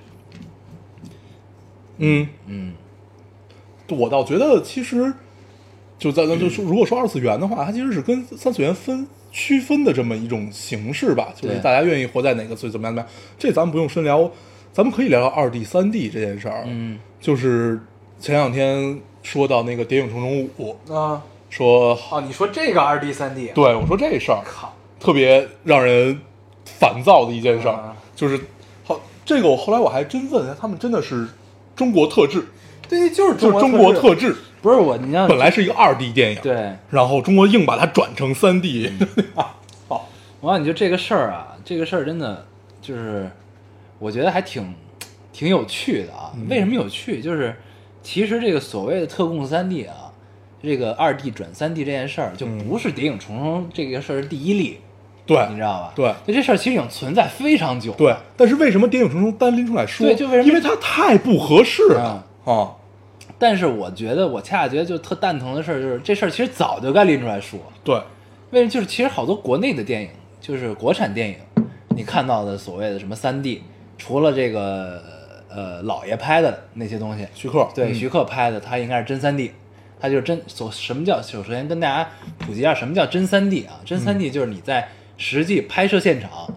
嗯， 嗯我倒觉得其实就咱咱就说，如果说二次元的话，它其实是跟三次元分区分的这么一种形式吧，就是对大家愿意活在哪个最怎么样怎么样，这咱们不用深聊，咱们可以聊聊二 D、三 D 这件事儿。 嗯就是前两天说到那个《谍影重重五》， 啊说哦，你说这个二 D 三 D， 对我说这事儿靠， 特别让人烦躁的一件事儿， 啊就是好，这个我后来我还真问他们，真的是中国特制， 对，就是就是中国特制， 不是我，你要本来是一个二 D 电影， 对， 然后中国硬把它转成三 D，好， 完了你就这个事儿啊，这个事儿真的就是我觉得还挺挺有趣的啊。为什么有趣？就是其实这个所谓的特供三 D 啊。这个二 D 转三 D 这件事儿，就不是《谍影重重》这个事儿的第一例， 对， 你知道吧？ 对， 就这事儿其实已经存在非常久了。 对，但是为什么《谍影重重》单拎出来说？ 对就为什么因为它太不合适了啊！ 但是我觉得，我恰恰觉得就特蛋疼的事儿，就是这事儿其实早就该拎出来说。 对， 为什么？就是其实好多国内的电影，就是国产电影，你看到的所谓的什么三 D，除了这个呃老爷拍的那些东西， 徐克对、 嗯徐克拍的，他应该是真三 D。它就是真所什么叫首先跟大家普及一下什么叫真三 D 啊？真三 D 就是你在实际拍摄现场，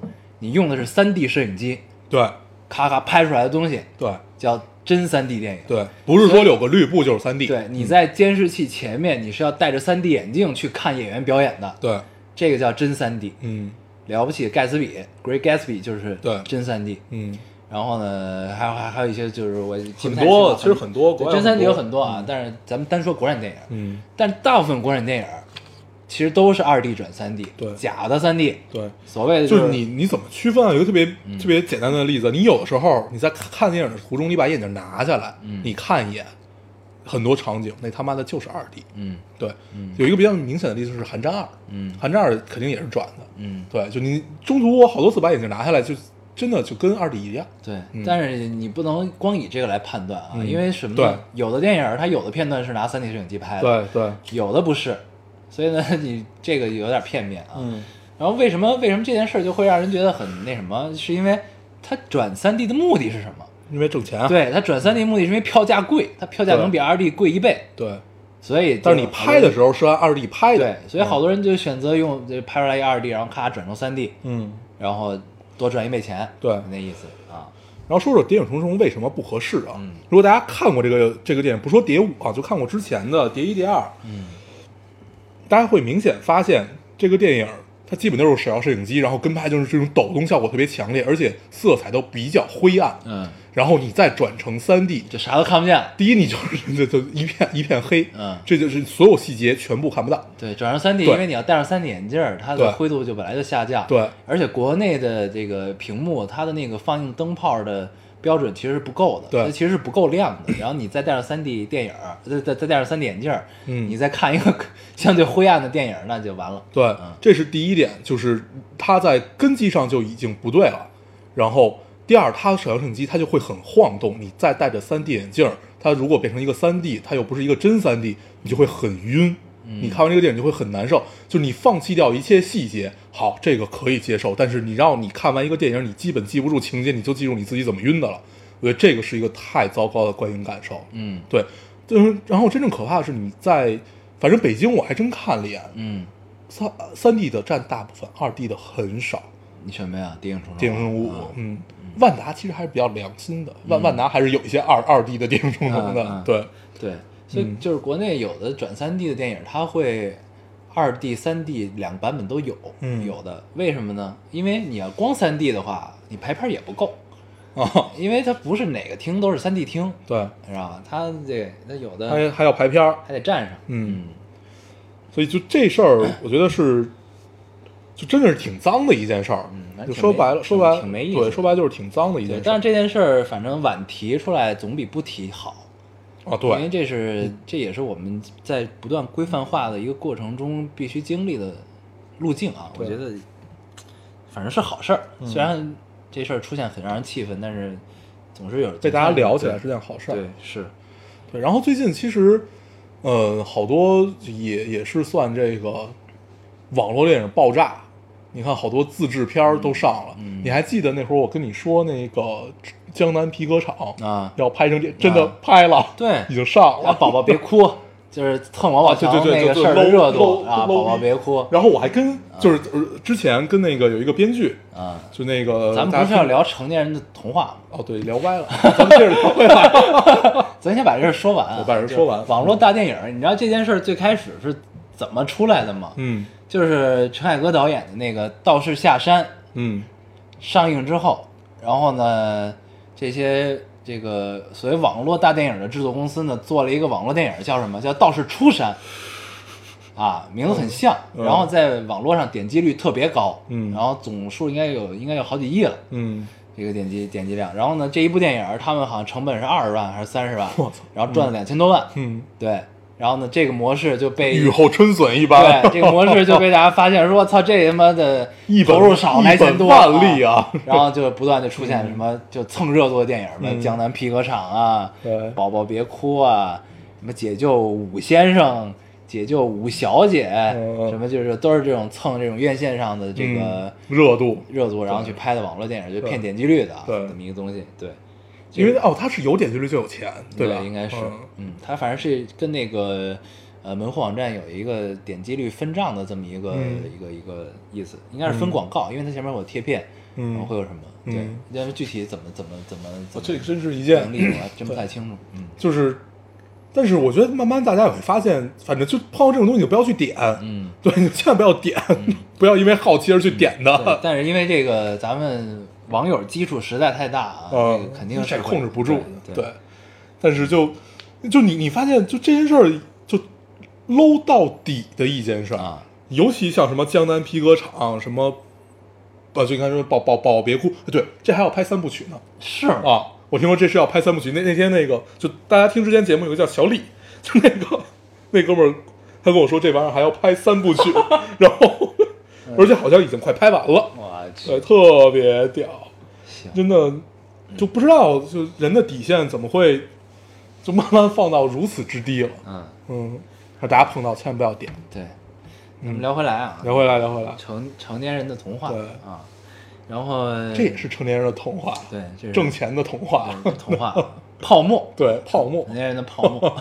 你用的是 三 D 摄影机， 对咔咔拍出来的东西对叫真 三 D 电影。 对，不是说有个绿布就是 三 D。 对，你在监视器前面，你是要戴着 三 D 眼镜去看演员表演的， 对， 这个叫真 三 D。 嗯了不起，盖茨比 Great Gatsby 就是对真 三 D。 嗯， 然后呢，还有还还有一些就是我记很不太清了多，其实很多，国外对真三 D 有多很多啊，但是咱们单说国产电影， 嗯， 但大部分国产电影其实都是二 D 转三 D， 对假的三 D， 对。 所谓的就是是你你怎么区分啊？有一个特别、 嗯特别简单的例子，你有的时候你在看电影的途中，你把眼镜拿下来， 嗯你看一眼，很多场景那他妈的就是二 D。 嗯对， 嗯有一个比较明显的例子是《寒战二》， 嗯寒战二》肯定也是转的。 嗯， 对，就你中途我好多次把眼镜拿下来，就真的就跟二 D 一样。 对， 嗯但是你不能光以这个来判断啊， 嗯因为什么呢？ 对有的电影它有的片段是拿三 D 摄影机拍的， 对对， 有的不是，所以呢，你这个有点片面啊。 嗯然后为什么为什么这件事就会让人觉得很那什么？是因为它转三 D 的目的是什么？ 因为挣钱啊。 对，它转三 D 目的是因为票价贵，它票价对能比二 D 贵一倍， 对， 所以就但是你拍的时候， 候是按二 D 拍的。 对，所以好多人就选择用就拍出来一二 D，然后咔转成三 D， 嗯， 然后多赚一倍钱， 对那意思啊。 然后说说谍影重重为什么不合适啊？ 嗯如果大家看过这个这个电影，不说谍五啊，就看过之前的谍一、谍二， 嗯大家会明显发现这个电影它基本都是闪耀摄影机，然后跟拍就是这种抖动效果特别强烈，而且色彩都比较灰暗。 嗯， 然后你再转成三 D， 就啥都看不见了。 第一你就是就就一片一片黑， 嗯这就是所有细节全部看不到。 对，转成三 D， 对因为你要戴上三 D 眼镜儿，它对的灰度就本来就下降。 对， 而且国内的这个屏幕，它的那个放映灯泡的标准其实是不够的， 对它其实是不够亮的。然后你再戴上三 D 电影儿，再再再戴上三 D 眼镜儿， 嗯你再看一个相对灰暗的电影儿，那就完了。 对， 嗯这是第一点，就是它在根基上就已经不对了。然后第二，它的闪耀摄影机它就会很晃动，你再戴着三 D 眼镜儿，它如果变成一个三 D，它又不是一个真三 D，你就会很晕。 嗯你看完这个电影就会很难受，就是你放弃掉一切细节，好，这个可以接受，但是你让你看完一个电影，你基本记不住情节，你就记住你自己怎么晕的了。我觉得这个是一个太糟糕的观影感受。 嗯对，就是然后真正可怕的是你在，反正北京我还真看了一眼， 嗯， 三三 D 的占大部分，二 D 的很少。 你什么呀？谍影重重。 谍影重重五啊， 嗯，万达其实还是比较良心的，万万达还是有一些二二 D 的谍影重重的， 嗯嗯对， 对，所以嗯就是国内有的转三 D 的电影，它会二 D、三 D 两个版本都有， 嗯有的为什么呢？因为你要光三 D 的话，你排片也不够， 啊， 因为它不是哪个厅都是三 D 厅， 对， 是吧？它这那有的还还要排片儿， 还得站上， 嗯所以就这事儿，我觉得是，就真的是挺脏的一件事儿。 嗯就说白了， 挺说白了， 挺没意思的对，说白了就是挺脏的一对， 件事儿。 但是这件事儿反正晚提出来总比不提好。 啊， 因为对， 这是这也是我们在不断规范化的一个过程中必须经历的路径啊。我对觉得反正是好事儿， 嗯虽然这事儿出现很让人气愤，但是总是有被大家聊起来对是件好事儿。 对，是， 对，然后最近其实，呃，好多也也是算这个网络电影爆炸。你看，好多自制片儿都上了。 嗯你还记得那会儿我跟你说那个江南皮革厂啊要拍成这，真的拍了， 对已经上了。 啊，宝宝别哭，就是蹭王宝强啊对对对那个事儿的就热度 low- 啊， low- 宝宝别哭然后我还跟就是呃之前跟那个有一个编剧， 啊。 就那个咱们大家听不是要聊成年人的童话吗？ 哦，对，聊歪了，咱们接着聊回来。 咱先把这事儿说完啊， 对把这事儿说完就是网络大电影，你知道这件事儿最开始是怎么出来的吗？ 嗯就是陈凯歌导演的那个《道士下山》 嗯上映之后，然后呢，这些这个所谓网络大电影的制作公司呢，做了一个网络电影，叫什么？叫《道士出山》啊，名字很像， 嗯然后在网络上点击率特别高， 嗯然后总数应该有应该有好几亿了， 嗯这个点击点击量。然后呢，这一部电影他们好像成本是二十万还是三十万， 我操然后赚了两千多万， 嗯， 对。然后呢，这个模式就被雨后春笋一般。 对，这个模式就被大家发现说，我操，这他妈的一本投入少来钱多， 一本万利啊然后就不断的出现什么就蹭热度的电影，什么嗯 《江南皮革厂》啊， 对宝宝别哭啊，什么解救武先生、解救武小姐， 嗯什么就是都是这种蹭这种院线上的这个嗯热度， 热度，然后去拍的网络电影，就骗点击率的啊， 对这么一个东西，对。 因为哦，他是有点击率就有钱， 对吧？ 应该是， 嗯嗯，它反正是跟那个呃门户网站有一个点击率分账的这么一个、 嗯一个一个意思，应该是分广告，因为它前面有贴片， 嗯然后会有什么？对嗯， 但是具体怎么怎么怎么怎么这个真是一件能力，我还真不太清楚。嗯就是，但是我觉得慢慢大家也会发现，反正就碰到这种东西，你就不要去点， 嗯， 对，你就千万不要点，不要因为好奇而去点对的， 但是因为这个咱们网友基础实在太大啊，这嗯个肯定是是会控制不住的， 对对。但是就就你你发现，就这件事儿就 low 到底的一件事儿啊， 尤其像什么江南皮革厂，什么，呃，就应该说宝宝宝别哭，对，这还要拍三部曲呢， 是啊，我听说这是要拍三部曲。那那天那个，就大家听之前节目有个叫小李，就那个那哥们儿，他跟我说这玩意儿还要拍三部曲，然后而且好像已经快拍完了， 我去对，特别屌， 行真的就不知道就人的底线怎么会就慢慢放到如此之低了。 嗯嗯，让大家碰到千万不要点。 对，咱们聊回来啊， 聊回来，聊回来， 成成年人的童话对啊，然后这也是成年人的童话， 对，这是挣钱的童话， 对童话泡沫， 对，泡沫成，年人的泡沫，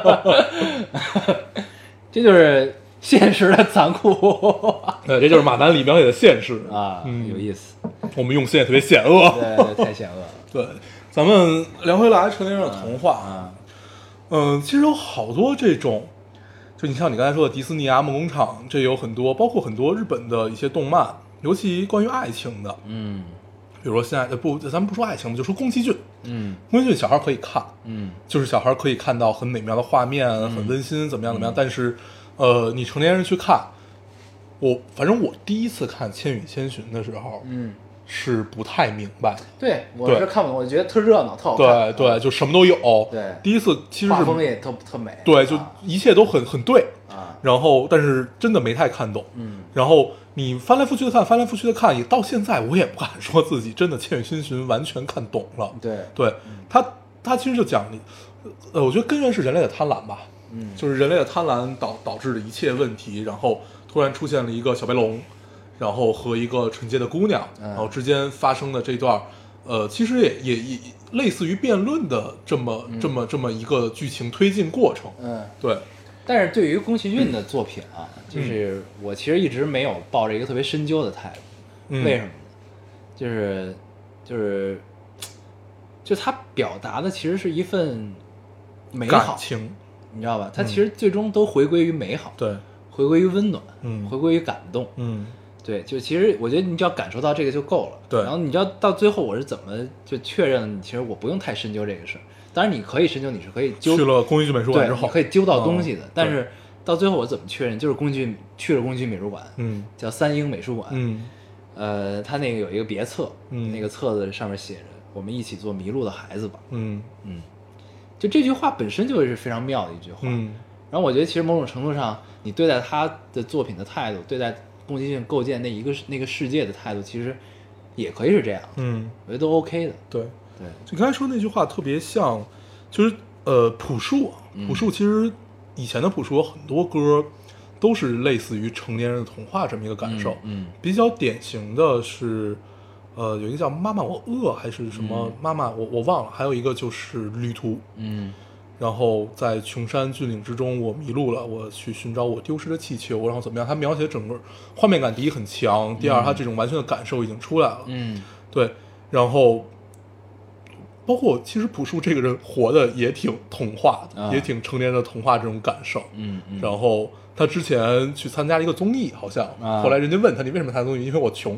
这就是现实的残酷对，这就是马南里描写的现实啊， 嗯有意思， 我们用心也特别险恶。 对对，太险恶了对，咱们聊回来成年人的童话， 啊， 嗯，其实有好多这种，就你像你刚才说的迪士尼啊、梦工厂，这有很多，包括很多日本的一些动漫，尤其关于爱情的， 嗯比如说现在呃不，咱们不说爱情，就说宫崎骏， 嗯宫崎骏小孩可以看， 嗯就是小孩可以看到很美妙的画面，很温馨，怎么样怎么样，但是，呃，你成年人去看，我反正我第一次看《千与千寻》的时候， 嗯， 是不太明白的。 对，我对是看不懂，我觉得特热闹，特好看， 对对，就什么都有。 对第一次其实是画风也特特美， 对，就啊一切都很很对。 啊， 然后，但是真的没太看懂。 嗯然后你翻来覆去的看，翻来覆去的看，也到现在我也不敢说自己真的《千与千寻》完全看懂了。 对对，他他其实就讲你，呃，我觉得根源是人类的贪婪吧。 嗯就是人类的贪婪导导致的一切问题，然后突然出现了一个小白龙，然后和一个纯洁的姑娘， 嗯然后之间发生的这段，呃，其实也也也类似于辩论的这么、这么这么一个剧情推进过程。 嗯。 对， 但是对于宫崎骏的作品啊，就是我其实一直没有抱着一个特别深究的态度， 嗯为什么呢？就是就是就他表达的其实是一份美好感，情， 你知道吧？他其实最终都回归于美好， 对， 回归于温暖， 嗯回归于感动。 嗯对，就其实我觉得你只要感受到这个就够了。 对然后你知道到最后我是怎么就确认，其实我不用太深究这个事儿。当然你可以深究，你是可以揪去了宫崎骏美术馆对， 之后， 你可以揪到东西的。 嗯但是到最后我怎么确认？就是宫崎骏去了宫崎骏美术馆， 嗯叫三英美术馆。 嗯呃，他那个有一个别册， 嗯那个册子上面写着“我们一起做迷路的孩子吧”。 嗯嗯，就这句话本身就是非常妙的一句话。 嗯然后我觉得其实某种程度上，你对待他的作品的态度，对待宫崎骏构建那一个那个世界的态度，其实也可以是这样， 嗯， 我觉得都 OK 的。 对。 对， 你刚才说那句话特别像，就是呃，朴树，朴树其实以前的朴树有很多歌都是类似于成年人的童话这么一个感受。 嗯嗯比较典型的是，呃，有一个叫《妈妈我饿》还是什么嗯妈妈我我忘了，还有一个就是《旅途》。 嗯然后在穷山峻岭之中，我迷路了，我去寻找我丢失的气球，然后怎么样？他描写整个画面感第一很强，第二他这种完全的感受已经出来了。 嗯对，然后包括其实朴树这个人活的也挺童话的， 啊也挺成年人的童话这种感受。 嗯嗯， 然后他之前去参加了一个综艺，好像， 啊后来人家问他你为什么参加综艺，因为我穷。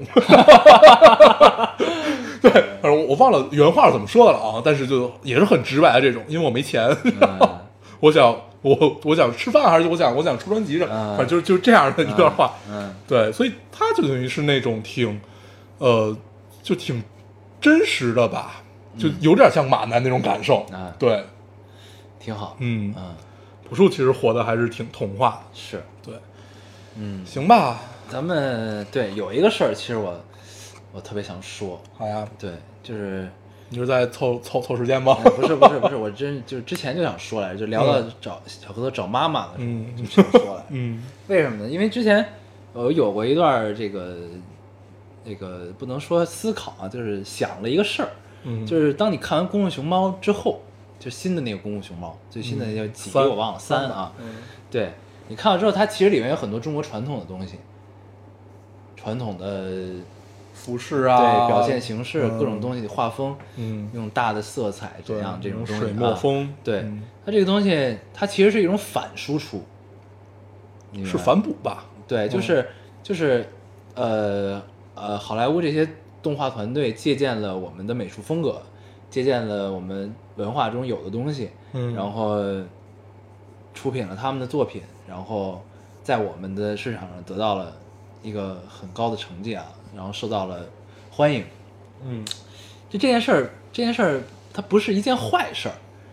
对，反正我我忘了原话是怎么说的了啊，但是就也是很直白的这种，因为我没钱， 嗯我想我我想吃饭，还是我想我想出专辑什么， 啊反正就是就是这样的一段话。 嗯对，所以他就等于是那种挺，呃，就挺真实的吧，就有点像马南那种感受。 啊对， 挺好。 嗯， 嗯， 朴树其实活的还是挺童话的。 是， 对， 嗯， 行吧， 咱们对有一个事儿，其实我我特别想说， 好呀， 对，就是你是在凑凑凑时间吗？ 哎不是不是不是，我真就是之前就想说来着，就聊到找小蝌蚪找妈妈的时候， 嗯就想说来着。 嗯为什么呢？因为之前我有过一段这个这个不能说思考啊，就是想了一个事儿， 嗯， 就是当你看完《功夫熊猫》之后，就新的那个《功夫熊猫》，最新的那叫几集三我忘了，三啊， 嗯对你看了之后，它其实里面有很多中国传统的东西，传统的服饰啊， 对，表现形式、 嗯各种东西，画风， 嗯， 用大的色彩怎对样这种东西， 水墨风啊对、 嗯它这个东西，它其实是一种反输出，你明白是反哺吧？ 对，就是、就是呃呃，好莱坞这些动画团队借鉴了我们的美术风格，借鉴了我们文化中有的东西， 嗯然后出品了他们的作品，然后在我们的市场上得到了一个很高的成绩啊，然后受到了欢迎。 嗯就这件事儿，这件事儿它不是一件坏事儿，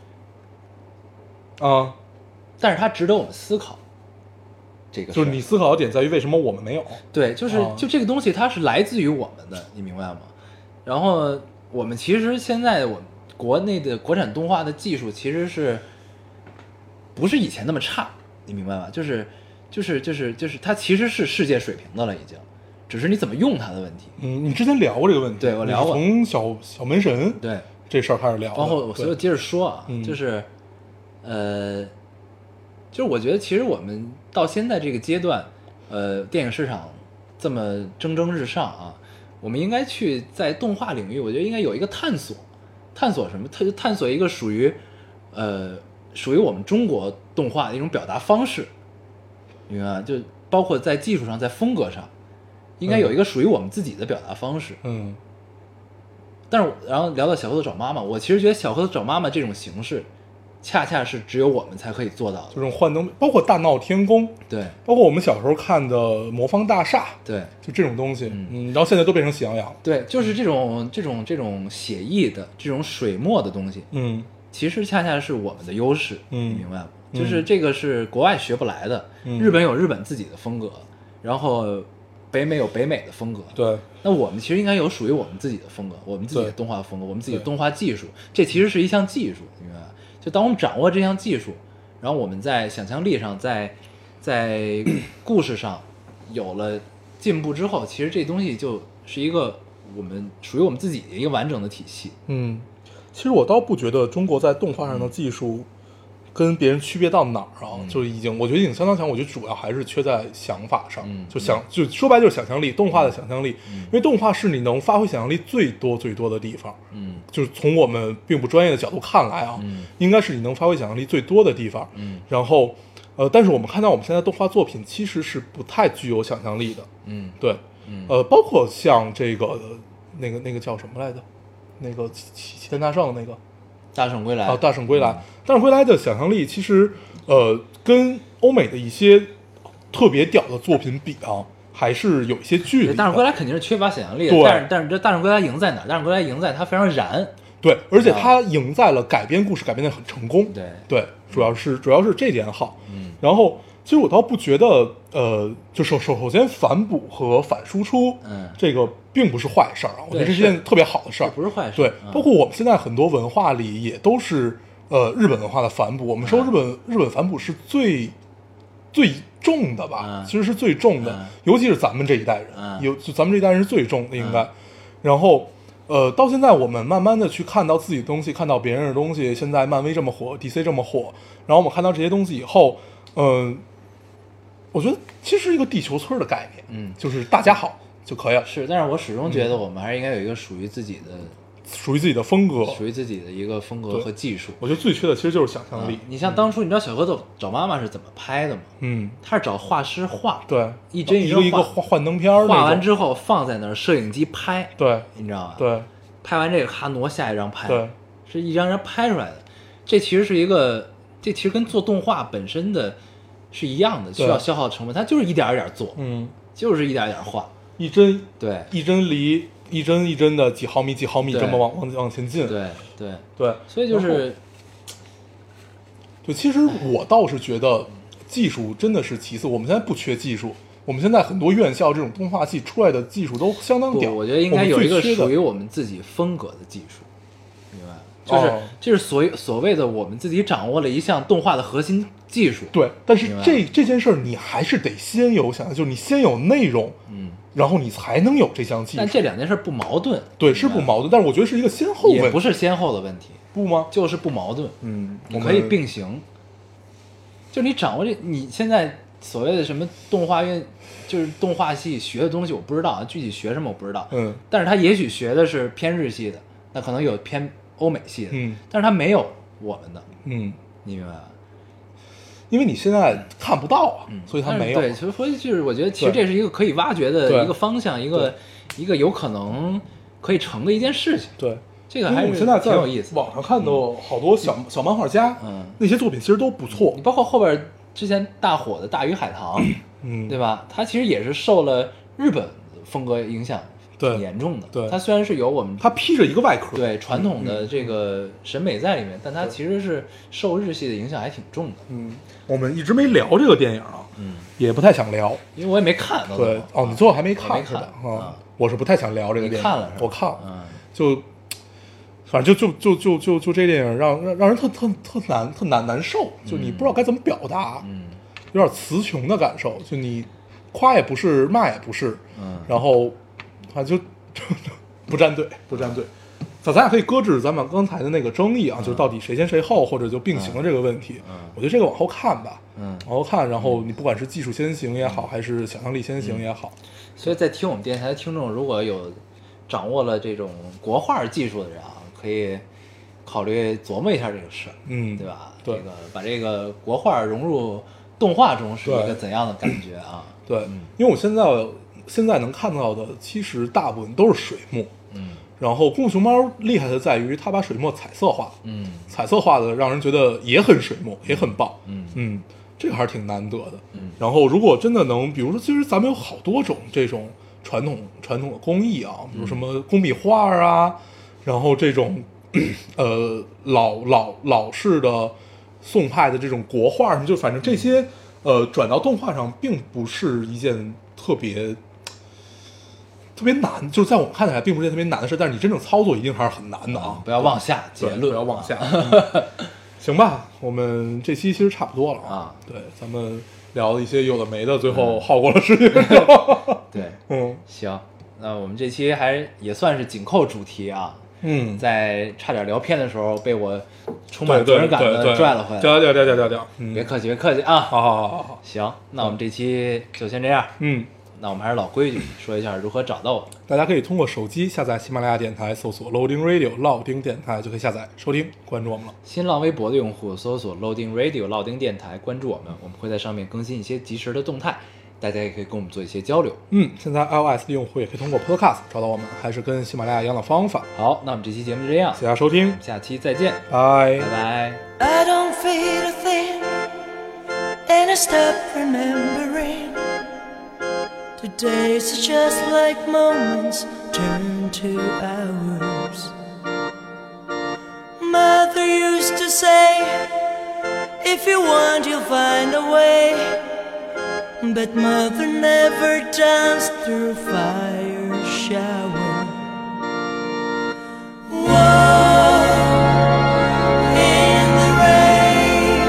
啊， 但是它值得我们思考。这个事儿就是你思考的点在于为什么我们没有？ 对，就是、 啊就这个东西它是来自于我们的，你明白吗？然后我们其实现在我们国内的国产动画的技术其实是不是以前那么差，你明白吗？就是就是就是就是它其实是世界水平的了，已经，只是你怎么用它的问题。 嗯，你之前聊过这个问题， 对我聊过你是从小小门神对， 这事儿开始聊的， 包括我，所以我对接着说啊， 嗯就是，呃，就是我觉得其实我们到现在这个阶段，呃，电影市场这么蒸蒸日上啊，我们应该去在动画领域，我觉得应该有一个探索，探索什么？探探索一个属于，呃，属于我们中国动画的一种表达方式，明白吗？就包括在技术上，在风格上，应该有一个属于我们自己的表达方式。 嗯但是我，然后聊到小蝌蚪找妈妈，我其实觉得小蝌蚪找妈妈这种形式，恰恰是只有我们才可以做到的。 这种幻灯，包括大闹天宫， 对包括我们小时候看的魔方大厦， 对就这种东西， 嗯嗯，然后现在都变成喜羊羊， 对，就是这种这种这种写意的这种水墨的东西， 嗯其实恰恰是我们的优势， 嗯你明白吗？ 嗯就是这个是国外学不来的， 嗯日本有日本自己的风格，然后北美有北美的风格， 对， 那我们其实应该有属于我们自己的风格，我们自己的对动画风格，我们自己的对动画技术，这其实是一项技术，你明白吧？就当我们掌握这项技术，然后我们在想象力上，在在故事上有了进步之后，其实这东西就是一个我们属于我们自己的一个完整的体系。 嗯，其实我倒不觉得中国在动画上的技术跟别人区别到哪儿啊， 嗯就已经我觉得已经相当强，我觉得主要还是缺在想法上， 嗯就想就说白就是想象力，动画的想象力， 嗯因为动画是你能发挥想象力最多最多的地方， 嗯就是从我们并不专业的角度看来啊， 嗯应该是你能发挥想象力最多的地方。 嗯然后，呃，但是我们看到我们现在动画作品其实是不太具有想象力的， 嗯对， 嗯呃，包括像这个、呃那个那个叫什么来着，那个齐齐齐天大圣那个大圣归来啊，大圣归来，大圣归来的想象力其实呃跟欧美的一些特别屌的作品比啊，还是有一些距离的。 对大圣归来肯定是缺乏想象力的， 对但是但是这大圣归来赢在哪儿？大圣归来赢在它非常燃， 对，而且它赢在了改编故事改编的很成功。 对对，主要是主要是这点好。 嗯然后其实我倒不觉得，呃，就首首首先反哺和反输出， 嗯这个并不是坏事儿啊，我觉得这是对件特别好的事儿， 这不是坏事对， 嗯包括我们现在很多文化里也都是呃日本文化的反哺，我们说嗯日本、日本反哺是最最重的吧， 嗯其实是最重的， 嗯尤其是咱们这一代人， 嗯有就咱们这一代人是最重的应该， 嗯然后。呃，到现在我们慢慢的去看到自己的东西，看到别人的东西。现在漫威这么火，D C 这么火，然后我们看到这些东西以后，嗯、我觉得其实是一个地球村的概念， 嗯就是大家好就可以了， 是，但是我始终觉得我们还是应该有一个属于自己的、 属于自己的风格。 属于自己的一个风格对和技术。 我觉得最缺的其实就是想象力啊。你像当初你知道小蝌蚪找妈妈是怎么拍的吗？ 嗯， 他是找画师画， 对， 一帧一帧一个一个画幻幻灯片儿那种画完之后放在那儿，摄影机拍， 对你知道吧？， 对拍完这个咔挪下一张拍， 对， 是一张张拍出来的。这其实是一个，这其实跟做动画本身的是一样的，需对要消耗成本，它就是一点儿一点儿做， 嗯， 就是一点儿一点儿画。 一帧对一帧离一帧一帧的几毫米几毫米对这么往往往前进。 对对， 对， 所以就然后是对，其实我倒是觉得技术真的是其次，我们现在不缺技术，我们现在很多院校这种动画系出来的技术都相当屌。 不，我觉得应该有一个我们最缺的属于我们自己风格的技术，明白吗？就是、 哦就是所所谓的我们自己掌握了一项动画的核心技术。 对，但是明白这这件事儿你还是得先有想象，就是你先有内容， 嗯， 然后你才能有这项技术。 但这两件事不矛盾， 对是不矛盾，但是我觉得是一个先后问题， 也不是先后的问题， 不吗？ 就是不矛盾。 嗯， 你可以我们并行，就你掌握这，你现在所谓的什么动画院，就是动画系学的东西我不知道啊，具体学什么我不知道。 嗯， 但是他也许学的是偏日系的，那可能有偏欧美系的， 嗯， 但是他没有我们的， 嗯， 你明白吧？ 因为你现在看不到啊， 嗯， 所以它没有。 对，所以就是我觉得其实这是一个可以挖掘的一个方向，一个一个有可能可以成的一件事情。 对， 这个还是因为我现在在挺有意思的。 网上看到好多小、嗯、小漫画家， 嗯， 那些作品其实都不错。 你包括后边之前大火的《大鱼海棠》， 嗯， 对吧？它其实也是受了日本风格影响挺严重的。 对， 它虽然是有我们它披着一个外壳， 对传统的这个审美在里面，但它其实是受日系的影响还挺重的。 嗯，我们一直没聊这个电影啊， 嗯， 也不太想聊， 因为我也没看。 对，哦，你最后还没看是吧？ 啊，我是不太想聊这个电影。 看了是吧？ 我看了， 嗯， 就。反正就就就就就就这电影让让让人特特特难特难难受，就你不知道该怎么表达， 嗯， 有点词穷的感受，就你夸也不是，骂也不是， 嗯， 然后反正就不站队，不站队。咱咱俩可以搁置咱们刚才的那个争议啊， 嗯、 就是到底谁先谁后，或者就并行的这个问题。 嗯， 我觉得这个往后看吧， 嗯， 往后看，然后你不管是技术先行也好，还是想象力先行也好， 所以在听我们电台的听众，如果有掌握了这种国画技术的人啊，可以考虑琢磨一下这个事儿， 嗯， 对吧？ 对， 这个把这个国画融入动画中是一个怎样的感觉啊？ 对， 嗯、 因为我现在现在能看到的，其实大部分都是水墨， 嗯， 然后功夫熊猫厉害的在于它把水墨彩色化， 嗯， 彩色化的让人觉得也很水墨，也很棒， 嗯嗯，这个还是挺难得的。 嗯， 然后如果真的能，比如说，其实咱们有好多种这种传统传统的工艺啊，比如什么工笔画啊，然后这种呃老老老式的宋派的这种国画，就反正这些呃转到动画上，并不是一件特别特别难，就是在我们看起来并不是件特别难的事，但是你真正操作一定还是很难的啊！ 不要妄下结论， 不要妄下。行吧，我们这期其实差不多了啊。 对，咱们聊了一些有的没的，最后耗过了十几分钟。 对， 嗯， 行，那我们这期还也算是紧扣主题啊。 嗯， 在差点聊偏的时候，被我充满责任感的拽了回来。 掉掉掉掉掉掉， 别客气，别客气啊！ 好好好好好， 行，那我们这期就先这样。 嗯， 那我们还是老规矩，说一下如何找到我们。 大家可以通过手机下载喜马拉雅电台，搜索 Loading Radio 老丁电台就可以下载收听，关注我们了。 新浪微博的用户搜索 Loading Radio 老丁电台，关注我们，我们会在上面更新一些及时的动态。大家也可以跟我们做一些交流。 嗯，现在 iOS 的用户也可以通过 Podcast 找到我们，还是跟喜马拉雅一样的方法。 好，那我们这期节目就这样， 谢谢大家收听， 下期再见， 拜拜拜。 I don't feel a thing, and I stop remembering. The days are just like moments turn to hours. Mother used to say, if you want, you'll find a way.But mother never danced through fire shower. Whoa, in the rain,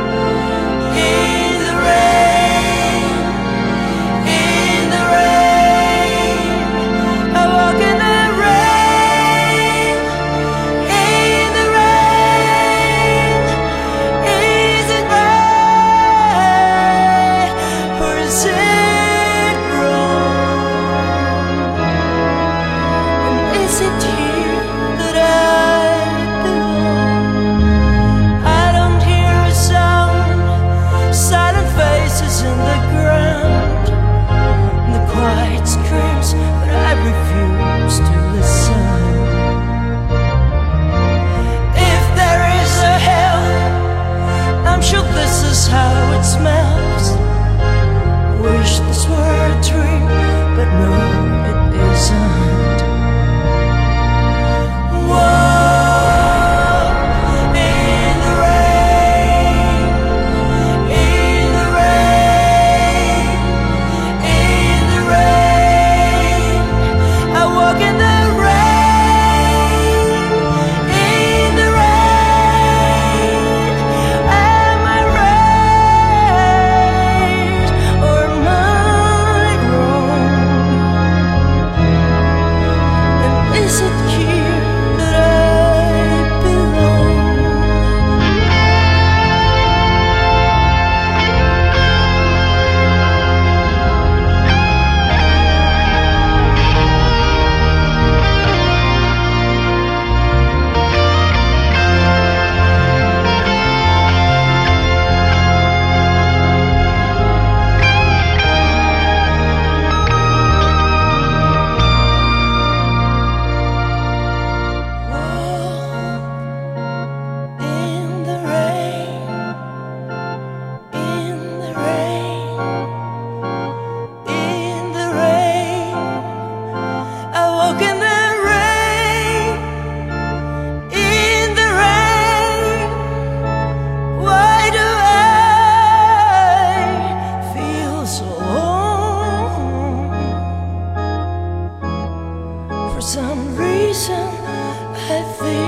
in the rain, in the rain. I walk in the rain, in the rain. Is it right?Is it wrong? For some reason I feel